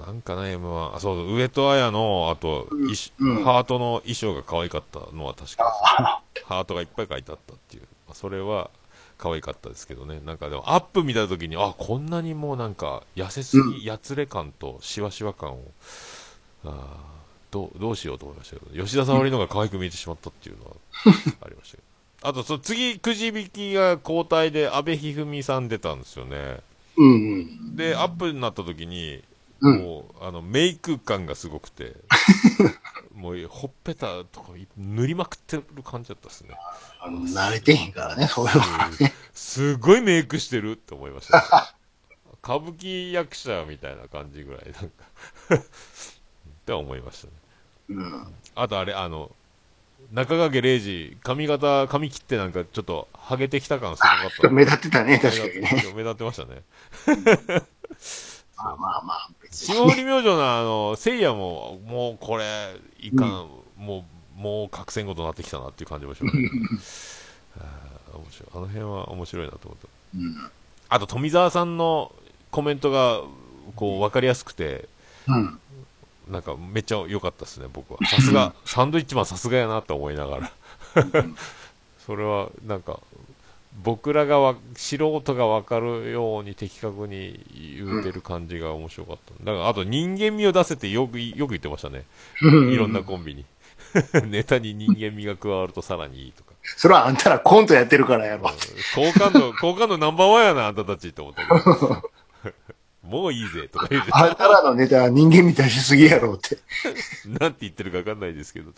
S1: なんかね、エムワン、あ、そう、上戸彩の、あと、
S2: うん
S1: いし
S2: うん
S1: ハートの衣装が可愛かったのは確か
S2: あ
S1: です。ハートがいっぱい書いてあったっていう。まあそれは可愛かったですけどね。なんかでも、アップ見たときに、あ、こんなにもうなんか、痩せす
S2: うん
S1: ぎ、やつれ感と、しわしわ感を、あーどう、どうしようと思いましたけど、吉田沙保里のが可愛く見えてしまったっていうのはありましたけど。あと、そ次、くじ引きが交代で、阿部一二三さん出たんですよね。
S2: うんうん。
S1: で、アップになった時に、
S2: うん
S1: もう、あの、メイク感がすごくて、もう、ほっぺたとか塗りまくってる感じだったですね。
S2: あの慣れてへんからね、そういうのはね。
S1: す、すごいメイクしてるって思いましたね。歌舞伎役者みたいな感じぐらい、なんかって思いましたね。
S2: うん。
S1: あとあれ、あの、中掛礼二、髪型、髪切ってなんかちょっと、ハゲてきた感すごかった。
S2: 目立ってたね、確かに
S1: 目
S2: ね。
S1: 立って目立ってましたね。
S2: まあまあまあ、別
S1: 霜降
S2: に。
S1: り明星のあの、せいやも、もうこれ、いかん、もう、もう覚醒ことになってきたなっていう感じもしましたけど、あー面白い。あの辺は面白いなと思った。
S2: うん。
S1: あと、富澤さんのコメントが、こう、わかりやすくて、
S2: うん。
S1: なんか、めっちゃ良かったですね、僕は。さすが、サンドイッチマンさすがやなと思いながら。それは、なんか、僕らがわ素人が分かるように的確に言うてる感じが面白かった。だから、あと人間味を出せてよく、よく言ってましたね。いろんなコンビに。ネタに人間味が加わるとさらにいいとか。
S2: それはあんたらコントやってるからやろ。
S1: 好感度、好感度ナンバーワンやな、あんたたちって思ったけど。もういいぜ、とか言うて。
S2: あんたらのネタは人間みたいしすぎやろって。
S1: なんて言ってるか分かんないですけど。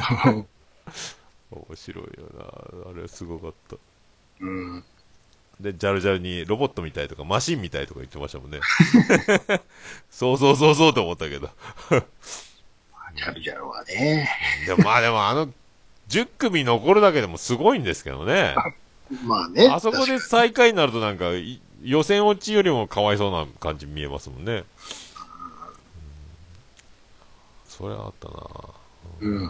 S1: 面白いよな。あれすごかった。
S2: うん。
S1: で、ジャルジャルにロボットみたいとかマシンみたいとか言ってましたもんね。そうそうそうそうと思ったけど。
S2: ジャルジャルはね。
S1: でもまあでもあのじゅっ組残るだけでもすごいんですけどね。
S2: まあね。
S1: あそこで最下位になるとなんか予選落ちよりもかわいそうな感じ見えますもんね。うん、それはあったな。
S2: うん。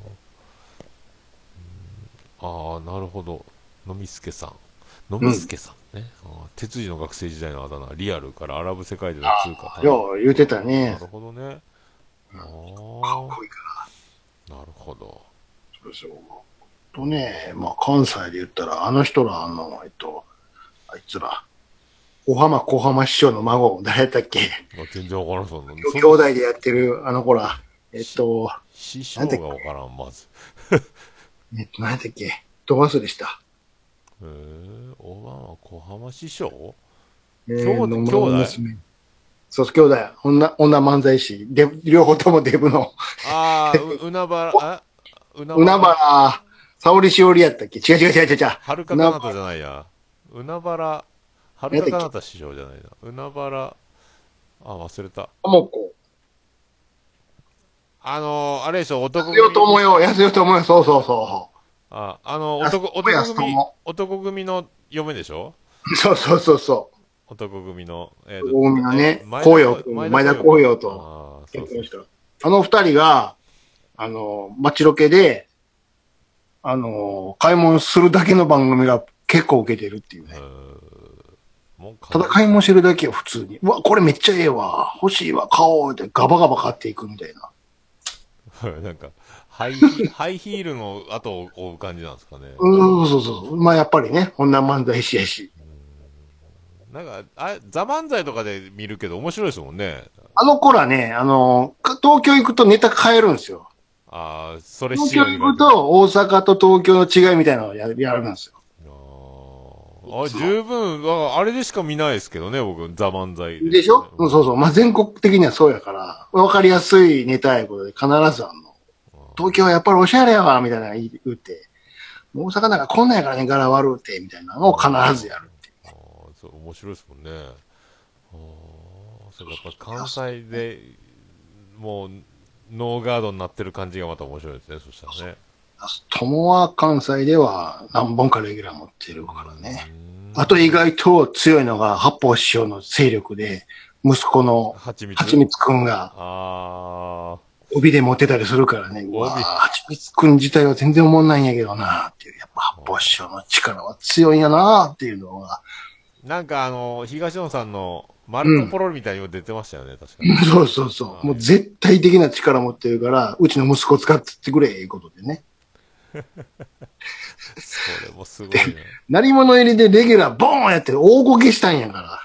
S1: ああ、なるほど。のみすけさん。のみすけさんね。うん、鉄次の学生時代のあだ名、リアルからアラブ世界での通貨。
S2: よう言うてたね。
S1: なるほどね。
S2: うん、
S1: あ
S2: かっ
S1: あ。
S2: こいいか
S1: なるほど。
S2: ら。そうそう。とね、まあ関西で言ったら、あの人ら、あの、えっと、あいつら、小浜小浜師匠の孫、誰やったっけ？
S1: まあ、全然わからん、そんな。
S2: 兄弟でやってる、あの子ら、えっと、
S1: 師匠がわからん、まず。
S2: えっと、何やったっけ？ど忘れした。
S1: えー、小浜小浜師匠
S2: えー、
S1: 兄弟
S2: 野村
S1: 兄弟
S2: 娘そうそう、兄弟。女、女漫才師。デブ、両方ともデブの。
S1: ああ、う、海原、あ海
S2: 海原、沙織しおりやったっけ？違う違う違う違う違う。
S1: はるかかなたじゃないや。海原、はるかかなた師匠じゃないな。海原、あ、忘れた。
S2: ともこ。
S1: あのー、あれでしょ、男
S2: 安代智代、安代智代、そうそうそ
S1: あ、あの、
S2: 安
S1: 男、
S2: 安
S1: 男組
S2: 友、
S1: 男組の嫁でしょ
S2: う。そうそうそうそ
S1: 男組の、え
S2: う。
S1: ーと、
S2: 大海のね、
S1: 前田
S2: 紅葉、前田紅葉
S1: あ
S2: と
S1: ーそうそう
S2: 結婚した。あの二人が、あの、街ロケで、あの、買い物するだけの番組が結構受けてるっていうね。
S1: もう
S2: ただ買い物してるだけよ、普通に。うわ、これめっちゃええわ。欲しいわ、買おうってガバガバ買っていくみたいな。
S1: なんか、ハイヒール、ハイヒールの後を追う感じなんですかね。
S2: うん、そうそうそう。まあやっぱりね、女漫才師やし。
S1: なんか、あ、ザ漫才とかで見るけど面白いですもんね。
S2: あの子らね、あの、東京行くとネタ変えるんですよ。
S1: ああ、それ
S2: 東京
S1: 仕様に
S2: 行くと大阪と東京の違いみたいなのをややるんですよ。
S1: ああ、十分、ああれでしか見ないですけどね、僕、ザ漫才
S2: でしょ、うん、そうそう。まあ、全国的にはそうやから、わかりやすいネタやことで必ずあんの。東京はやっぱりおしゃれやわ、みたいなの言って、大阪なんかこんなんやからね、柄悪うて、みたいなのを必ずやるっていう、ね。
S1: ああ、そう、面白いですもんね。ああ、そう、やっぱ関西でもう、ノーガードになってる感じがまた面白いですね、そしたらね。
S2: 友は関西では何本かレギュラー持ってるからね。あと意外と強いのが八方師匠の勢力で、息子のはちみつくんが、帯で持ってたりするからね。うわぁ、はちみつくん自体は全然思んないんやけどなっていう。やっぱ八方師匠の力は強いんやなっていうのが。
S1: なんかあの、東野さんのマルコ・ポロリみたいにも出てましたよね、確かに。
S2: そうそうそう。もう絶対的な力持ってるから、うちの息子使ってってくれ、いうことでね。
S1: それもすごいな。
S2: 鳴り物入りでレギュラーボーンやって大こけしたんやから。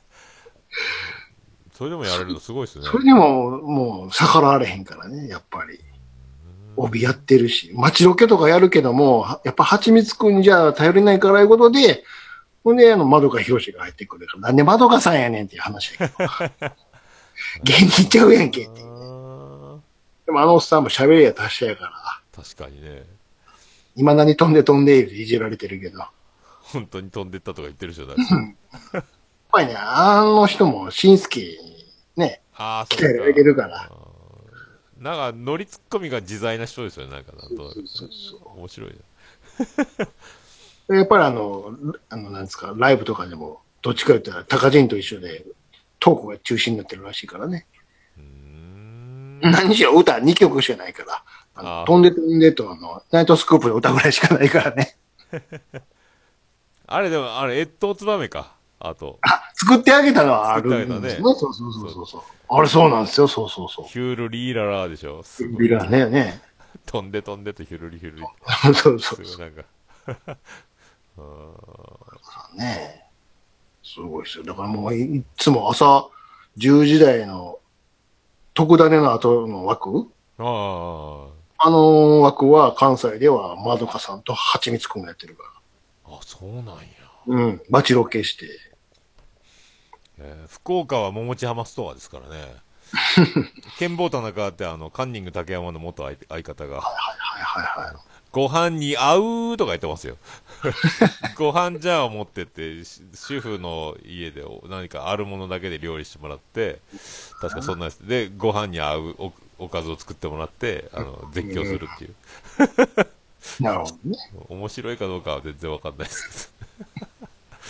S1: それでもやれるのすごいですね。
S2: それでも、もう逆らわれへんからね、やっぱり。帯やってるし。街ロケとかやるけども、やっぱ蜂蜜くんじゃ頼りないからいうことで、ほんで、あの、まどかひろしが入ってくるから、なんでまどかさんやねんっていう話やけど。芸人ちゃうやんけっていうね。でもあのおっさんも喋りや達者やから。
S1: 確かにね。
S2: 今何飛んで飛んでいじられてるけど。
S1: 本当に飛んでったとか言ってる人だ。
S2: やっぱりね、あの人も、しんすけにね、
S1: ああ、そう
S2: 鍛えられてるから。
S1: なんか、ノリツッコミが自在な人ですよね、なんかなんと。
S2: そうそうそう
S1: 面白い
S2: ね。やっぱりあの、あの、なんですか、ライブとかでも、どっちか言ったら、高人と一緒で、トークが中心になってるらしいからね。
S1: うーん。
S2: 何しろ歌にきょくしかないから、あの
S1: あ
S2: 飛んで飛んでとあの、ナイトスクープの歌ぐらいしかないからね。
S1: あれでも、あれ、越冬ツバメか。あと。
S2: あ、作ってあげたのはあるんですね。
S1: 作ってあげたね
S2: そうそうそうそうそう。あれそうなんですよ、そうそうそう。
S1: ヒュールリーララーでしょ。すごい。
S2: ビラね、ね。
S1: 飛んで飛んでとヒュルリヒュルリ。
S2: そうそうそ
S1: すごいなんか。あ
S2: う。ねすごいですよ。だからもうい、いつも朝じゅうじ台の特ダネの後の枠
S1: あ。あ
S2: あの枠は関西ではまどかさんとはちみつくんがやってるか
S1: あ。あ、そうなんや。
S2: ら。うん。バチロケして。
S1: えー福岡は桃地浜ストアですからね。剣坊田中ってあの、カンニング竹山の元相相方が、
S2: はいはいはいはい。
S1: ご飯に合うとか言ってますよ。ご飯ジャーを持ってって、し主婦の家で何かあるものだけで料理してもらって、確かそんなやつで、ご飯に合うおおかずを作ってもらって、あの、絶叫するっていう。
S2: なるほどね。
S1: 面白いかどうかは全然わかんないですけど。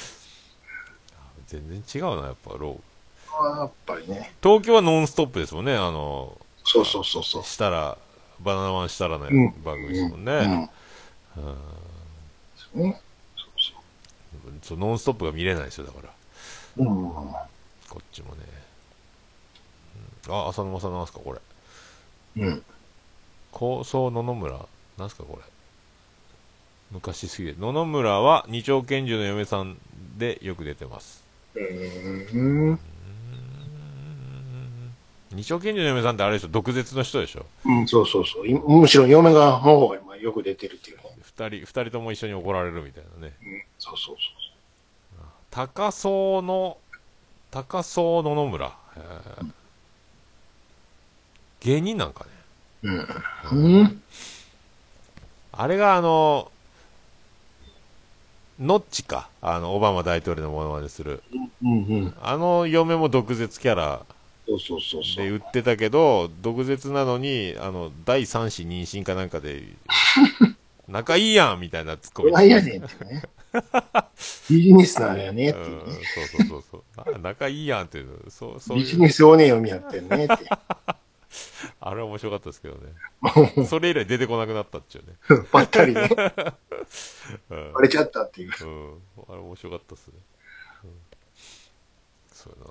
S1: 全然違うな、やっぱロー。
S2: やっぱりね。
S1: 東京はノンストップですもんね、あの、
S2: そうそうそうそう。
S1: したら、バナナマンしたらの
S2: うん
S1: 番組ですもんね。
S2: うん。
S1: うん
S2: そうね。そうそ
S1: そうノンストップが見れないですよ、だから。
S2: う。うん。
S1: こっちもね。うん、あ、浅沼さんなんすか、これ。
S2: うん。
S1: 高層野々村なんすか、これ。昔すぎて。野々村は二丁拳銃の嫁さんでよく出てます。
S2: うーん。
S1: 二丁拳銃の嫁さんってあれでしょ、毒舌の人でしょ。
S2: うん、そうそうそう。いむしろ嫁がの方が今よく出てるっていうね。
S1: 二人、二人とも一緒に怒られるみたいなね。
S2: うん、そうそうそ
S1: 高層の、高層野々村。芸人なんかね。
S2: う。うん。うん。
S1: あれがあの、ノッチか。あの、オバマ大統領のものまねする。
S2: うんうん。
S1: あの嫁も毒舌キャラ
S2: そうそうそうそ
S1: で
S2: う。
S1: 売ってたけど、毒舌なのに、あの、第三子妊娠かなんかで、仲いいやんみたいなツッコミ。
S2: 何やねんってね。ビジネスなんやねっ
S1: うん、
S2: ていうね。
S1: そうそうそうそう。あ仲いいやんっていうの、そう、そう
S2: ビ
S1: いう、
S2: ジネスをね、読みやってんねって。
S1: あれは面白かったですけどね。それ以来出てこなくなったっちゅうね。
S2: ばったりね。
S1: うん、
S2: バレちゃったっていう。
S1: うん、あれ面白かったっすね。うん、そういうのあった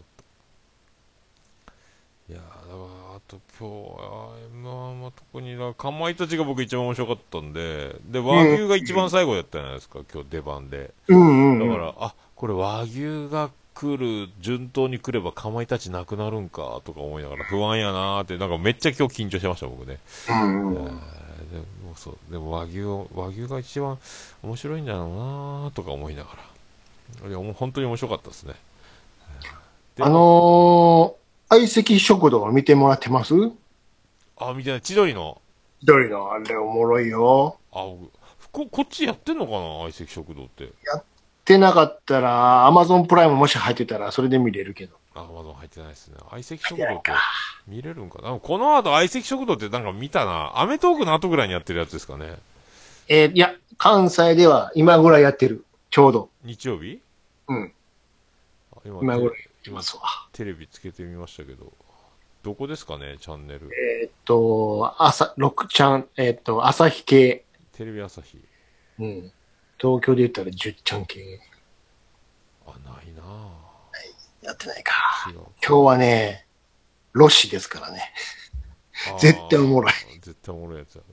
S1: 。いやー、だからあと今日は、まあまあ特にな、かまいたちが僕一番面白かったんで、で、和牛が一番最後やったじゃないですか、今日出番で。
S2: うんうんうん。
S1: だから、あ、これ和牛が来る、順当に来ればかまいたちなくなるんか、とか思いながら不安やなーって、なんかめっちゃ今日緊張してました、僕ね。
S2: うんうん。
S1: えーでもそう、でも和牛を、和牛が一番面白いんだろうなーとか思いながら。いや、もう本当に面白かったですね。で
S2: あのー、相席食堂を見てもらってます？
S1: あ、見てない、千鳥の、
S2: 一人のあれおもろいよ。
S1: あ、こ、こっちやってんのかな相席食堂って。
S2: やってなかったら、アマゾンプライムもし入ってたら、それで見れるけど。
S1: あ、まだ入ってないですね。相席食堂って見れるんかなこの後相席食堂ってなんか見たな。アメトークの後ぐらいにやってるやつですかね。
S2: えーいや、関西では今ぐらいやってる。ちょうど。
S1: 日曜日
S2: うん。
S1: あ今
S2: 今ぐらい
S1: テ
S2: やってま
S1: 今
S2: すわ。
S1: テレビつけてみましたけど。どこですかねチャンネル。
S2: えーっと、朝、ろくちゃん、えーっと、朝日系。
S1: テレビ朝日。
S2: うん。東京で言ったらじゅっちゃん系。
S1: あ、ないなぁ。
S2: ってないか。
S1: 違う。
S2: 今日はね、ロッシですからね。絶対おもろい。
S1: 絶対おもろいやつや。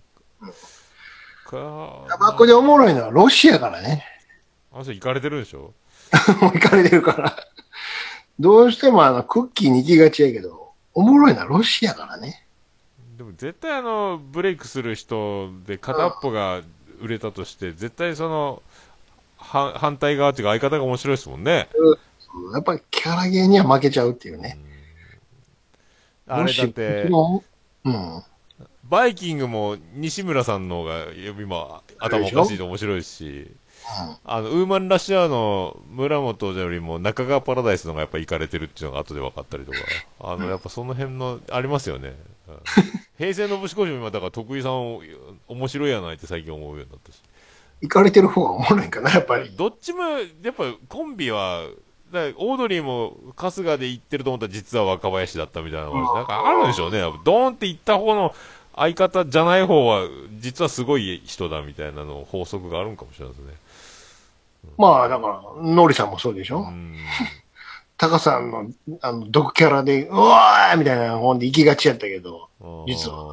S1: か
S2: タバコでおもろいのはロッシやからね。
S1: あの人行かれてるでしょ
S2: もう行かれてるから。どうしてもあの、クッキーに行きがちやけど、おもろいのはロッシやからね。
S1: でも絶対あの、ブレイクする人で片っぽが売れたとして、絶対その、は反対側っていうか相方が面白いですもんね。
S2: うん、やっぱりキャラゲーには負けちゃうっていうね。
S1: あれだって、
S2: うん。
S1: バイキングも西村さんの方が今頭おかしいと面白いし、あの、ウーマンラッシュアワーの村本よりも中川パラダイスの方がやっぱ行かれてるっていうのが後で分かったりとか、あの、やっぱその辺の、ありますよね。平成の武士工場も今だから徳井さん面白いやないって最近思うようになったし。
S2: 行かれてる方がおもろいかな、やっぱり。
S1: どっちも、やっぱコンビは、だオードリーも春日で行ってると思ったら実は若林だったみたいなのが、なんかあるんでしょうね。ドーンって行った方の相方じゃない方は、実はすごい人だみたいなの法則があるんかもしれないですね。
S2: まあ、だから、ノリさんもそうでしょ。タカさんの、あの、毒キャラで、うわーみたいな本で行きがちやったけど、実は。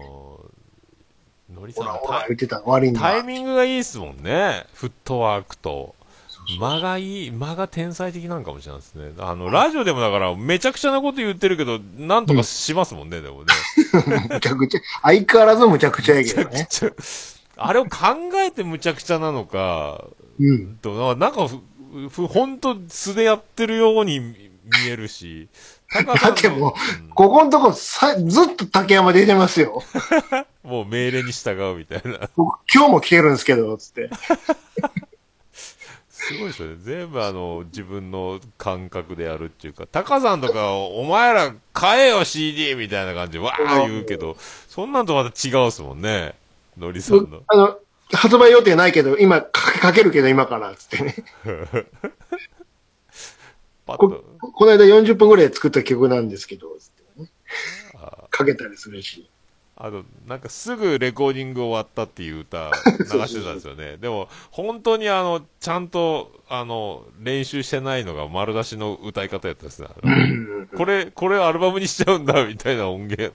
S1: ノリさんが
S2: タ言ってた割に
S1: タイミングがいいですもんね。フットワークと。間がいい、間が天才的なんかもしれないですね。あの、ラジオでもだから、めちゃくちゃなこと言ってるけど、なんとかしますもんね、うん、でもね。
S2: むちゃくちゃ、相変わらずむちゃくちゃやけどね。
S1: あれを考えてむちゃくちゃなのか、
S2: うん。
S1: となんかふ、ふ、ほんと素でやってるように見えるし。
S2: だってもう、うん、ここのとこさ、ずっと竹山出てますよ。
S1: もう命令に従うみたいな。
S2: 今日も来てるんですけど、つって。
S1: すごいですよね。全部あの、自分の感覚でやるっていうか、タカさんとか、お前ら買えよ シーディー みたいな感じでわー言うけど、そんなんとまた違うっすもんね。ノリさんの。
S2: あの、発売予定ないけど、今か、かけるけど今から、つってね。パッとこ、この間よんじゅっぷんぐらい作った曲なんですけど、つってね。かけたりするし。
S1: あの、なんかすぐレコーディング終わったっていう歌流してたんですよね。でも、本当にあの、ちゃんと、あの、練習してないのが丸出しの歌い方やったですね。これ、これアルバムにしちゃうんだ、みたいな音源やった。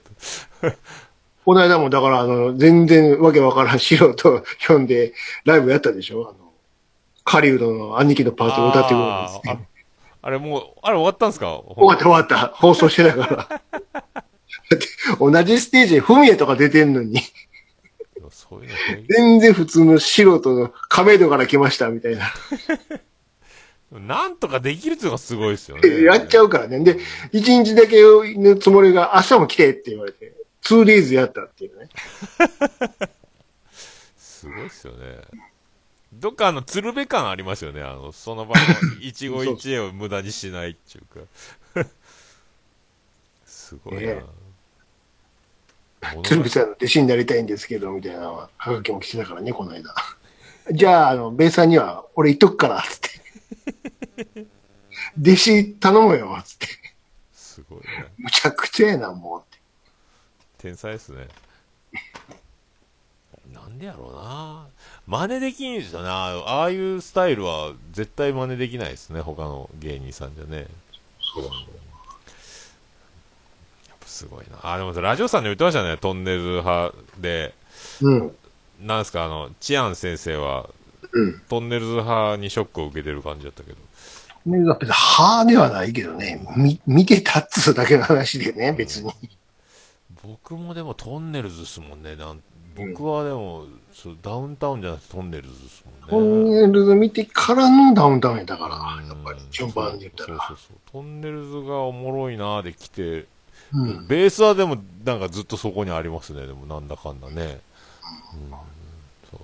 S2: この間もだからあの、全然わけわからん素人呼んでライブやったでしょ。あの、狩人の兄貴のパートを歌ってくるんですね。
S1: あれもう、あれ終わったんですか？
S2: 終わった終わった。放送してたから。同じステージでフミヤとか出てんのに。そういうの全然普通の素人の亀戸から来ましたみたいな。
S1: なんとかできるっていうのがすごいですよね。
S2: やっちゃうからね。で、一日だけのつもりが明日も来てって言われて、ツーデイズやったっていうね。
S1: すごいっすよね。どっかあの、鶴瓶感ありますよね。あの、その場の一期一会を無駄にしないっていうか。すごいな。
S2: 鶴瓶さんの弟子になりたいんですけど、みたいなはがきも来てたからね、この間。じゃあ、あの、ベイさんには、俺言っとくから、つって。弟子頼むよ、つって。
S1: すごいね。
S2: むちゃくちゃやな、もうって。
S1: 天才ですね。なんでやろうな。真似できんですよな。ああいうスタイルは絶対真似できないですね。他の芸人さんじゃね。
S2: そうそう。
S1: すごいな。あ、でもラジオさんで言ってましたね。トンネル派で。
S2: うん。
S1: なんすか、あの、チアン先生は、
S2: うん、
S1: トンネルズ派にショックを受けてる感じだったけど。
S2: トンネルズは別に派ではないけどね。み、見てたっつうだけの話でね、別に。
S1: うん、僕もでもトンネルズですもんね。なん僕はでも、うん、そうダウンタウンじゃなくてトンネルズですも
S2: んね。トンネルズ見てからのダウンタウンやったから、やっぱり順番で言ったら。
S1: そうそうそう。トンネルズがおもろいなーで来て、うん、ベースはでもなんかずっとそこにありますね。でもなんだかんだね。うん、そう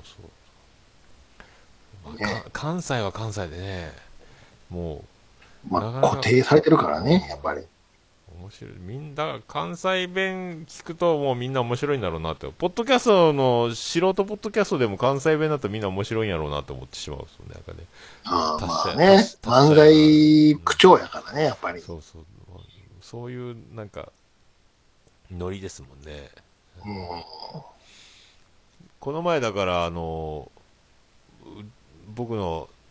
S1: そう。まあね、関西は関西でね、も
S2: う、まあ、固定されてるからね、やっぱり。
S1: 面白い。みんな、関西弁聞くともうみんな面白いんだろうなって。ポッドキャストの、素人ポッドキャストでも関西弁だとみんな面白いんやろうなって思ってしまう。そうなんかね。
S2: ああ、まあね。漫才口調やからね、やっぱり。
S1: そうそう。そういう、なんか、ノリですもんね。うん、この前だから、あの、僕の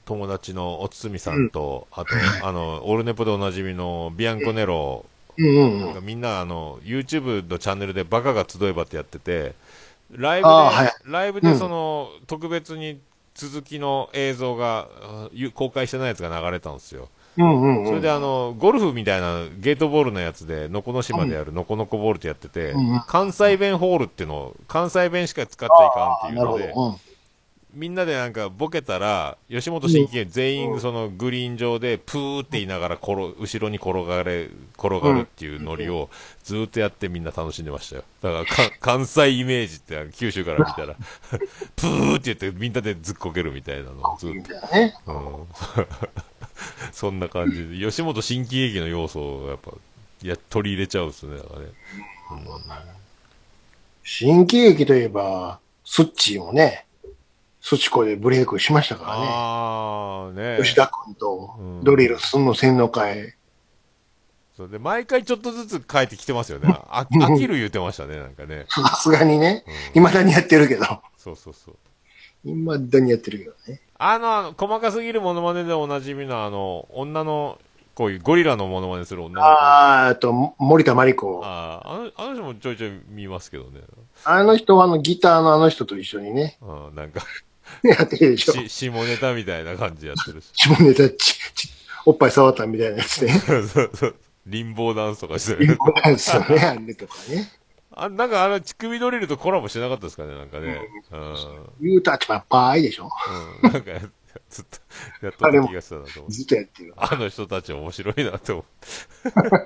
S1: 友達のおつつみさんと、うん、あと、あの、オルネポでおなじみのビアンコネロがみんな、あの、YouTube のチャンネルでバカが集えばってやってて、ライブで、はい、ライブでその、うん、特別に続きの映像が、公開してないやつが流れたんですよ。
S2: うんうんうん、
S1: それであの、ゴルフみたいなゲートボールのやつで、のこの島でやるのこのこボールってやってて、うん、関西弁ホールっていうのを、関西弁しか使っちゃいかんっていうので、うん、みんなでなんかボケたら、吉本新喜劇全員そのグリーン上でプーって言いながら転後ろに転がれ、転がるっていうノリをずーっとやってみんな楽しんでましたよ。だからか関西イメージって九州から見たら、プーって言ってみんなでずっこけるみたいなのをずっと。うんそんな感じで、吉本新喜劇の要素をやっぱ、や、取り入れちゃうんですね、だからね。うん、
S2: 新喜劇といえば、スッチーもね、スチコでブレイクしましたからね。
S1: ああ、ね。
S2: 吉田君と、ドリルすんの洗脳会。
S1: そうで、毎回ちょっとずつ変えてきてますよね。あ飽きる言うてましたね、なんかね。
S2: さすがにね、いま、うん、だにやってるけど。
S1: そうそうそう。
S2: いまだにやってるけどね。
S1: あの、あの、細かすぎるモノマネでおなじみの、あの、女の、こういうゴリラのモノマネする女の子。
S2: ああ、と、森田真理子。
S1: ああ、あの、あの人もちょいちょい見ますけどね。
S2: あの人はあの、ギターのあの人と一緒にね。
S1: ああ、なんか
S2: やってるでしょ。
S1: し、下ネタみたいな感じやってるし。
S2: 下ネタ、ち、ち、おっぱい触ったみたいなやつね。
S1: そうそうそう。リンボーダンスとかしてる。
S2: リンボーダンスとね、あれとかね。
S1: あ、なんかあの、乳首ドリルとコラボしてなかったですかね、なんかね。うん。
S2: ユータッチパッパーイでしょ。
S1: うん。なんか、ずっと、やっとった気がしたなと思って。
S2: ずっとやってる。
S1: あの人たち面白いなと思って。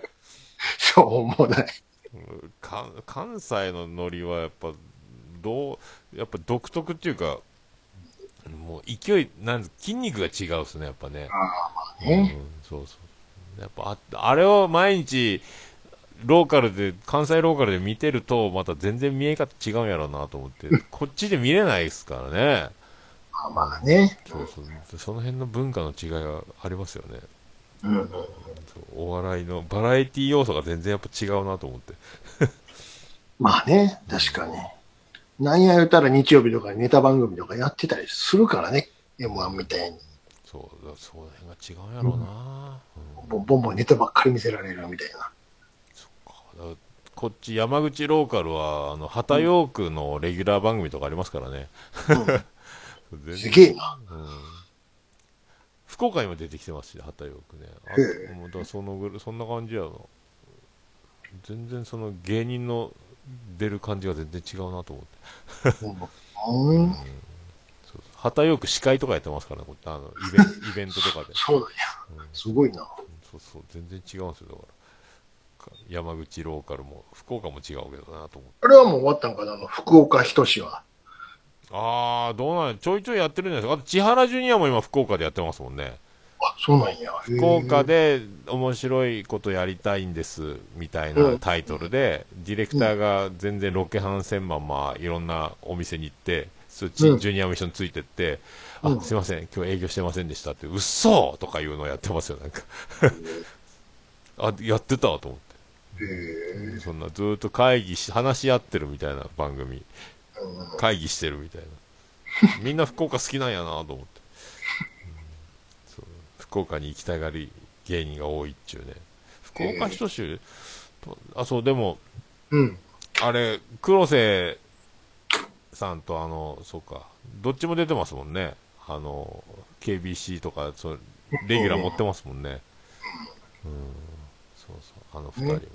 S2: しょうもない。
S1: 関関西のノリはやっぱ、どう、やっぱ独特っていうか、もう勢い、なん筋肉が違うっすね、やっぱね。
S2: ああ、まあね、
S1: うん。そうそう。やっぱあ、あれを毎日、ローカルで、関西ローカルで見てると、また全然見え方違うんやろうなと思って、こっちで見れないですからね。
S2: あまあね。
S1: そうそう。その辺の文化の違いがありますよね。
S2: うんうん、
S1: お笑いの、バラエティ要素が全然やっぱ違うなと思って。
S2: まあね、確かに。なんや言うたら日曜日とかネタ番組とかやってたりするからね。エムワン みたいに。
S1: そう、その辺が違うんやろうな、
S2: うん、ボンボンボンネタばっかり見せられるみたいな。
S1: こっち山口ローカルはあの畑陽区のレギュラー番組とかありますからね、
S2: うん、すげえな、
S1: うん、福岡にも出てきてますし畑陽区ね。あもうだそのぐそんな感じやの。全然その芸人の出る感じが全然違うなと思って、うん、畑陽区司会とかやってますからね、こあのイベンイベントとかで。
S2: そうなんや、うん、すごいな。
S1: そうそう全然違うんですよ。だから山口ローカルも福岡も違うけどなと思って。
S2: あれはもう終わったんかな、あの福岡仁志は。
S1: ああ、どうなんちょいちょいやってるんじゃないですか。あと千原ジュニアも今福岡でやってますもんね。
S2: あ、そうなんや。
S1: 福岡で面白いことやりたいんですみたいなタイトルで、うん、ディレクターが全然ロケハン千万まあいろんなお店に行ってそっち、うん、ジュニアも一緒についてって、うん、あすいません今日営業してませんでしたってうっそーとかいうのをやってますよなんかあやってたと思って。へそんなずっと会議し話し合ってるみたいな番組、会議してるみたいな。みんな福岡好きなんやなと思って、うん、そう福岡に行きたがり芸人が多いっちゅうね。福岡一周あそうでも、
S2: うん、
S1: あれ黒瀬さんとあのそうかどっちも出てますもんね。あの ケービーシー とかそうレギュラー持ってますもんね。うんそうそうあの二人も、ね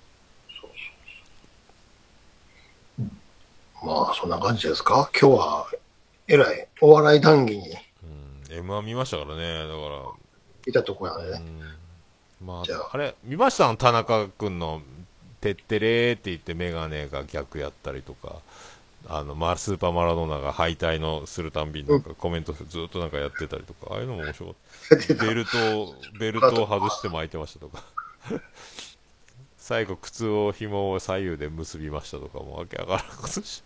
S2: まあ、そんな感じですか。今日は、えらい、お笑い談義に。
S1: うん、エムワン 見ましたからね、だから。
S2: いたとこやね。
S1: うん、まあ、あれ、見ました田中君の、てってれーって言ってメガネが逆やったりとか、あの、まあ、スーパーマラドーナが敗退のするたんびになんかコメントずっとなんかやってたりとか、ああいうのも面白かった。ベルトを、ベルトを外して巻いてましたとか。最後、靴を紐を左右で結びましたとかもわけわからんことし。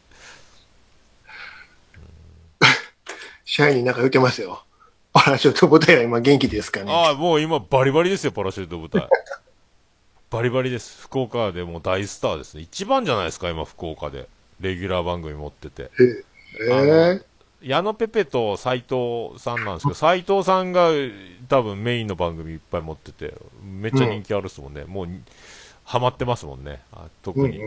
S2: 社員になんか言ってますよ。パラシュート部隊は今元気ですかね。
S1: ああ、もう今バリバリですよ、パラシュート部隊。バリバリです。福岡でもう大スターですね。一番じゃないですか、今福岡で。レギュラー番組持ってて。
S2: へえ。
S1: 矢野ペペと斎藤さんなんですけど、斎藤さんが多分メインの番組いっぱい持ってて、めっちゃ人気あるっすもんね。うん、もう、ハマってますもんね。あ特に、うん、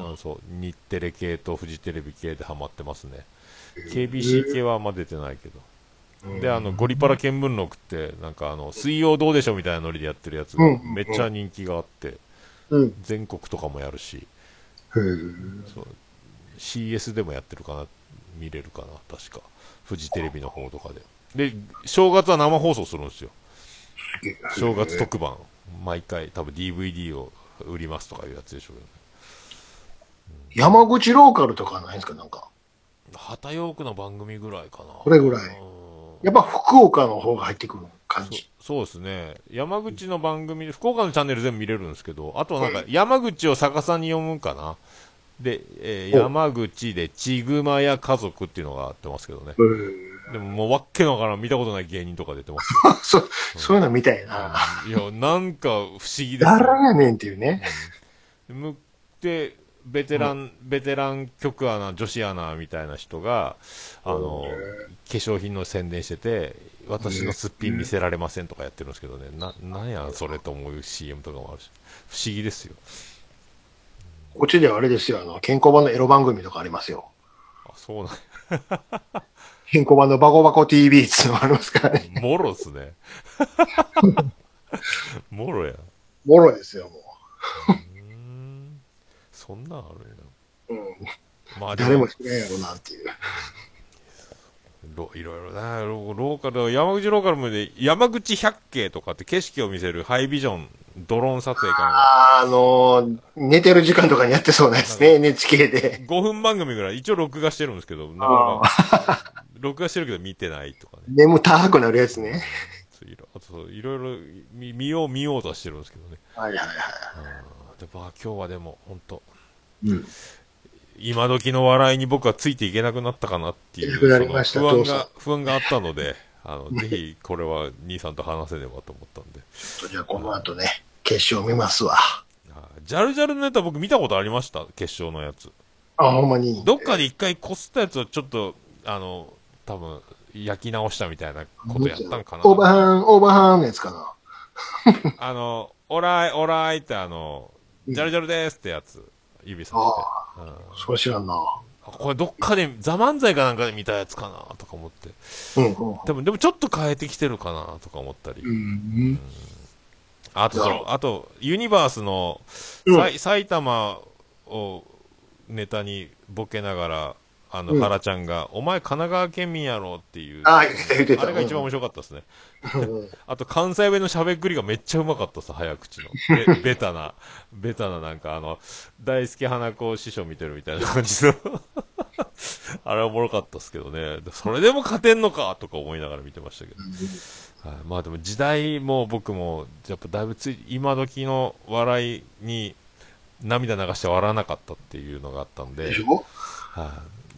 S1: あそう、日テレ系とフジテレビ系でハマってますね。ケービーシー 系はあんま出てないけど。で、あの、ゴリパラ見聞録って、なんかあの、水曜どうでしょうみたいなノリでやってるやつが、めっちゃ人気があって、全国とかもやるし、そう、シーエス でもやってるかな、見れるかな、確か。フジテレビの方とかで。で、正月は生放送するんですよ。正月特番。毎回、多分 ディーブイディー を売りますとかいうやつでしょうよね。
S2: 山口ローカルとかないんですか、なんか。
S1: 畑ヨークの番組ぐらいかな。
S2: これぐらい。やっぱ福岡の方が入ってくる感じ。
S1: そ, そうですね。山口の番組で、福岡のチャンネル全部見れるんですけど、あとはなんか山口を逆さに読むかな。で、えー、山口でちぐまや家族っていうのがあってますけどね。でももうわっけのわからん見たことない芸人とか出てます
S2: よ。そ, そういうの見たいな、
S1: うん。いや、なんか不思議ですよ。
S2: 誰やねんっていうね。
S1: うん、で、ベテラン、うん、ベテラン局アナ、女子アナみたいな人が、あの、化粧品の宣伝してて、私のすっぴん見せられませんとかやってるんですけどね、な、なんやそれと思う シーエム とかもあるし、不思議ですよ。
S2: こっちではあれですよ、あの、健康版のエロ番組とかありますよ。
S1: あ、そうなん
S2: 健康版のバコバコ ティービー っていうのがありますからね。
S1: もろっすね。もろや。
S2: もろですよ、もう。う
S1: ーんそんなんある
S2: んやな。うん。
S1: まあ、
S2: 誰も知らんやろなっていう。
S1: ろいろいろなロ、ローカル、山口ローカルもで、山口百景とかって景色を見せるハイビジョン、ドローン撮影か
S2: あ、あのー、寝てる時間とかにやってそうなやつね、エヌエイチケー で。
S1: ごふん番組ぐらい、一応録画してるんですけど、なかなか、録画してるけど見てないとかね。
S2: 眠たくなるやつね。
S1: あと、いろいろ見見よう見ようとはしてるんですけどね。
S2: はいはいはい。
S1: でまあ、今日はでも、本当、
S2: うん、
S1: 今時の笑いに僕はついていけなくなったかなっていう、不安が、不安があったので、あの、ぜひ、これは兄さんと話せねばと思ったんで。
S2: じゃあ、この後ね、決勝見ますわ。
S1: ジャルジャルのネタ僕見たことありました、決勝のやつ。
S2: あ、ほんまに。
S1: どっかで一回こすったやつをちょっと、あの、多分、焼き直したみたいなことやったんかな。
S2: オーバーハン、オーバーハンのやつかな。
S1: あの、オライ、オライってあの、ジャルジャルですってやつ、指さして。
S2: ああ、うん、そう知らんな。
S1: これどっかで、ザ漫才かなんかで見たやつかなとか思って。うんうん、でも、でもちょっと変えてきてるかなとか思ったり。うんうん、あとその、あと、ユニバースの、うん、埼玉をネタにボケながら、あの、原、うん、ちゃんが、お前神奈川県民やろっていう。
S2: ああ、言ってた。
S1: あれが一番面白かったですね。あと、関西弁の喋っくりがめっちゃうまかったさ、早口の。ベベタな、ベタななんかあの、大好き花子師匠見てるみたいな感じの。あれはおもろかったですけどね。それでも勝てんのかとか思いながら見てましたけど。はい、まあでも時代も僕も、やっぱだいぶつい、今時の笑いに涙流して笑わなかったっていうのがあったんで。でしょ？はい、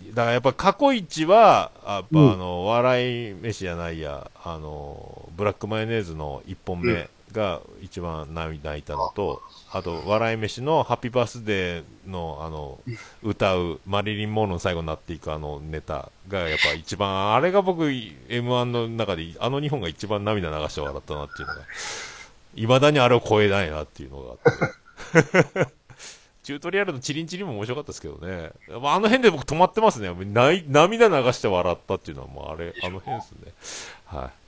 S1: だからやっぱ過去一は、やっぱあの、うん、笑い飯じゃないや、あの、ブラックマヨネーズの一本目が一番涙泣いたのと、うん、あと、笑い飯のハッピーバースデーの、あの、うん、歌うマリリン・モーロンの最後になっていくあのネタがやっぱ一番、あれが僕、エムワン の中で、あのにほんが一番涙流して笑ったなっていうのが、未だにあれを超えないなっていうのがあって。チュートリアルのチリンチリンも面白かったですけどね。まあ、あの辺で僕止まってますね。ない涙流して笑ったっていうのはもうあれ、あの辺ですね。はい。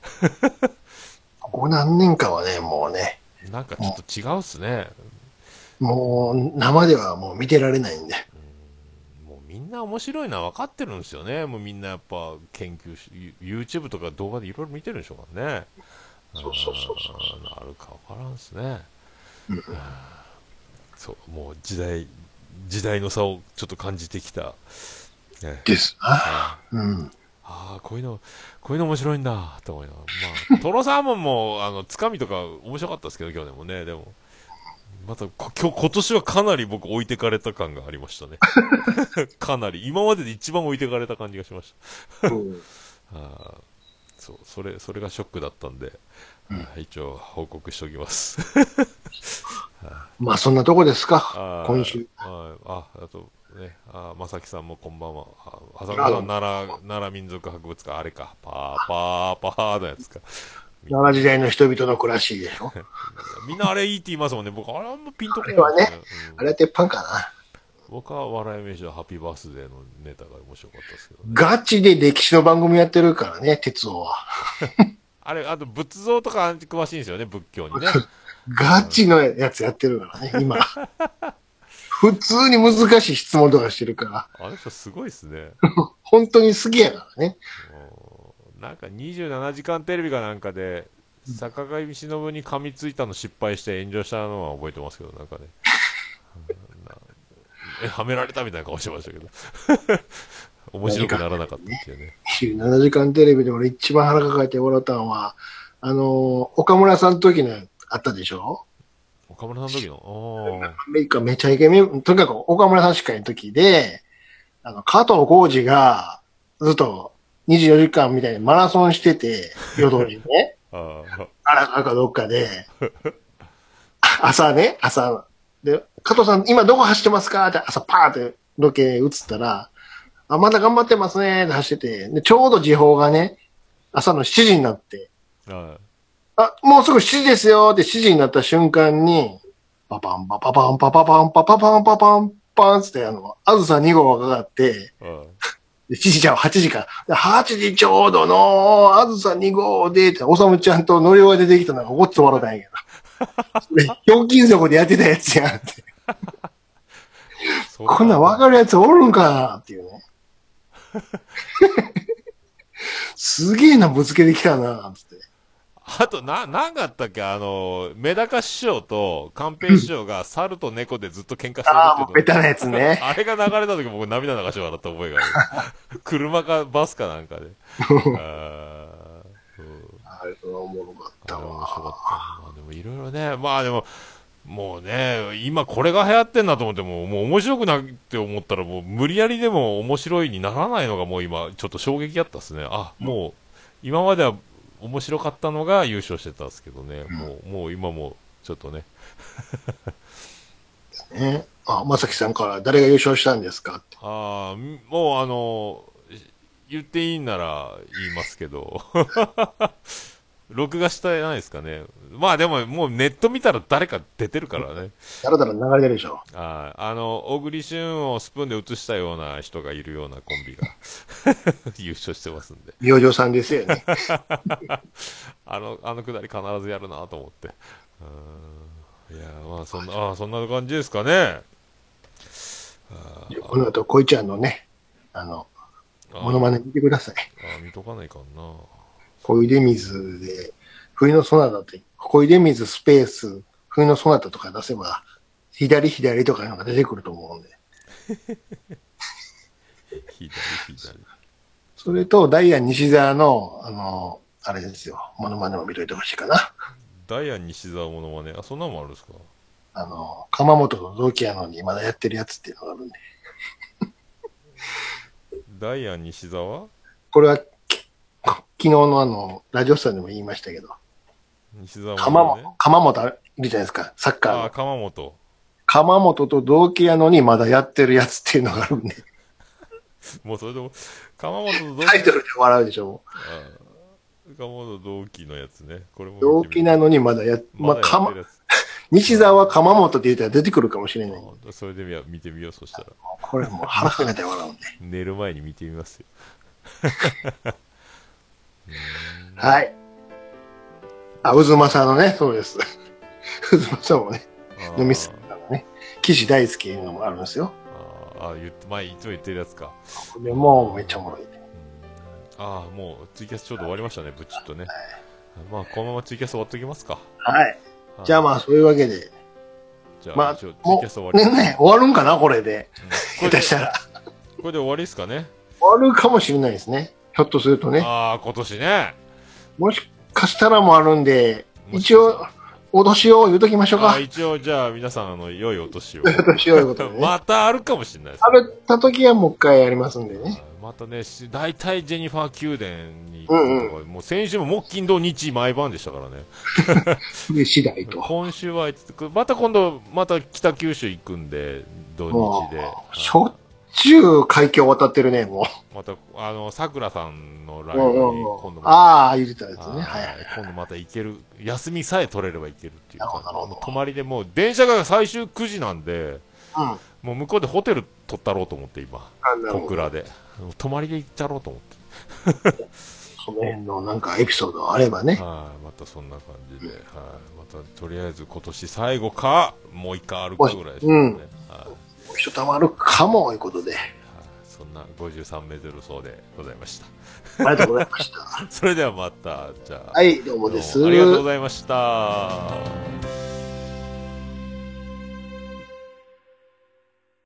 S2: ここ何年かはね、もうね。
S1: なんかちょっと違うっすね。
S2: もう、生ではもう見てられないんで。
S1: うん、もうみんな面白いのは分かってるんですよね。もうみんなやっぱ研究し、YouTube とか動画でいろいろ見てるんでしょうからね。
S2: そうそうそうそう。
S1: なるか分からんっすね。
S2: うん
S1: そう、もう時代、時代の差をちょっと感じてきた。
S2: ね、ですな。うん。
S1: ああ、こういうの、こういうの面白いんだ、と思いながら。まあ、トロサーモンも、あの、つかみとか面白かったですけど、去年もね、でも。また、今日、今年はかなり僕置いてかれた感がありましたね。かなり。今までで一番置いてかれた感じがしました。うん、あそう、それ、それがショックだったんで、うん、一応報告しておきます。
S2: まあそんなとこですか、今週。
S1: ああ、あとね、あまさきさんもこんばんは。 浅野さん、奈良、奈良民族博物館、あれか。パーパーパーのやつか。
S2: 奈良時代の人々の暮らしでしょ。
S1: みんなあれいいって言いますもんね。僕、あれあんまピンとこない、
S2: あれはね、
S1: うん、
S2: あれは鉄板かな。
S1: 僕は笑い飯はハッピーバースデーのネタが面白かったですけどね。
S2: ガチで歴史の番組やってるからね、哲夫は。
S1: あれ、あと仏像とか詳しいんですよね、仏教にね。
S2: ガチのやつやってるからね、今。普通に難しい質問とかしてるから。
S1: あの人すごいっすね。
S2: 本当に好きやからね。
S1: なんかにじゅうななじかんテレビかなんかで、坂上忍に噛みついたの失敗して炎上したのは覚えてますけど、なんかね。え、はめられたみたいな顔してましたけど。面白くならなかったっていうね。
S2: にじゅうななじかんテレビで俺一番腹抱えて笑ったのは、あのー、岡村さんの時のあったでしょ？
S1: 岡村さんの時の
S2: アメリカめちゃイケメン、とにかく岡村さんしかいの時で、あの、加藤浩次がずっとにじゅうよじかんみたいにマラソンしてて、夜通りにね。あ荒川かどっかで、朝ね、朝、で、加藤さん今どこ走ってますかって朝パーってロケ映ったら、あ、まだ頑張ってますねって走ってて、で、ちょうど時報がね、朝のしちじになって、あ、もうすぐしちじですよってしちじになった瞬間に、パパンパパパンパパパンパパパンパパンパンつって、あの、あずさに号がかかって、しちじじゃん、はちじか。はちじちょうどの、あずさに号で、おさむちゃんとのりおが出てきたのがごっつ笑ったんやけど。ひょうきん族でやってたやつやんって。こんなん分かるやつおるんかなっていうね。すげえな、ぶつけてきたな、つって。
S1: あと、な、なんかあったっけあの、メダカ師匠と寛平師匠が猿と猫でずっと喧嘩してるっていうの。
S2: ああ、もうベタなやつね。
S1: あれが流れた時僕涙流して笑った覚えがある。車かバスかなんかで。あ
S2: あれはおもろかったわ。
S1: 面白かった。まあでもいろいろね、まあでも、もうね、今これが流行ってんだと思っても、もう面白くなって思ったらもう無理やりでも面白いにならないのがもう今ちょっと衝撃だったですね。あ、もう今までは面白かったのが優勝してたんですけどね、うん、もう、もう今もちょっとね。
S2: ね、あ、まさきさんから誰が優勝したんですかって。
S1: ああ、もうあの、言っていいんなら言いますけど。録画したないですかね。まあでももうネット見たら誰か出てるからね。
S2: だらだら流れてるでしょ。
S1: ああ、あの、小栗旬をスプーンで映したような人がいるようなコンビが優勝してますんで。
S2: 明星さんですよね。
S1: あの、あのくだり必ずやるなと思って。うん、いや、まあそんな、あそんな感じですかね。
S2: この後、こいちゃんのね、あの、モノマネ見てください。
S1: ああ、見とかないかな。
S2: 小出水で、冬のソナタって、小出水スペース、冬のソナタとか出せば、左左とかいうのが出てくると思うんで。
S1: 左左。
S2: それと、ダイアン西澤の、あの、あれですよ、モノマネも見といてほしいかな。
S1: ダイアン西澤モノマネ、あ、そんなのもあるんですか？
S2: あの、鎌本と同期やのにまだやってるやつっていうのがあるんで。
S1: ダイアン西澤？
S2: これは、昨日のあの、ラジオスタでも言いましたけど、
S1: 西澤
S2: 鎌本、鎌本いるじゃないですか、サッカーの。
S1: ああ、鎌本。
S2: 鎌本と同期やのにまだやってるやつっていうのがあるんで。
S1: もうそれでも、鎌本と同期。
S2: タイトルで笑うでしょ。
S1: ああ、鎌本同期のやつね。これも
S2: 同期なのにまだや、まあ、かま、西澤は鎌本って言ったら出てくるかもしれない。
S1: それで見見てみよう、そしたら。
S2: これもう腹かけて笑うんで。
S1: 寝る前に見てみますよ。
S2: はい。あ、渦政のね、そうです。渦政もね、飲みすぎたのね。岸大輔のもあるんですよ。
S1: ああ、言って、前いつも言ってるやつか。
S2: これもめっちゃおもろい、ね。
S1: ああ、もうツイキャスちょうど終わりましたね、ぶちっとね。はい、まあ、このままツイキャス終わっておきますか。
S2: はい。じゃあまあ、そういうわけで。
S1: じゃあ、
S2: まあ、
S1: ツイキャス終わり。
S2: ねね、終わるんかな、これで。下手したら。
S1: これで終わりですかね。
S2: 終わるかもしれないですね。ひょっとするとね。
S1: ああ、今年ね。
S2: もしかしたらもあるんで、一応、お年を言うときましょうか。
S1: あ一応、じゃあ皆さん、あの、良いお年を。
S2: お年をいうことで、ね。
S1: またあるかもしれないです、
S2: ね。あったときはもう一回やりますんでね。
S1: またね、大体ジェニファー宮殿に行くとか、うんうん、もう先週も木金土日毎晩でしたからね。
S2: で、次第と。
S1: 今週は、また今度、また北九州行くんで、土日で。
S2: しょっちゅう海峡渡ってるね、もう。
S1: また、あの、桜さんのライ
S2: うん
S1: ブに
S2: うんうん。
S1: 今度また、
S2: ああ、言ってたやつね。
S1: は
S2: はいはい。
S1: い今度また行ける、休みさえ取れれば行けるっていう
S2: なるほ
S1: か、
S2: どなるほど
S1: 泊まりでもう、電車が最終くじなんで、
S2: うん。
S1: もう向こうでホテル取ったろうと思って、今、
S2: あ、なるほど。
S1: 小倉で。泊まりで行っちゃろうと思って。
S2: その辺のなんかエピソードあればね。
S1: はい、またそんな感じで、はい、またとりあえず今年最後か、もう一回歩くぐらいですね。
S2: うん
S1: はい、
S2: もう一たまるかも、いうことで。
S1: そんなごじゅうさんメートル走でございました。
S2: ありがとうございました。
S1: それではまた、じゃあ。
S2: はい、どうもです。
S1: ありがとうございました。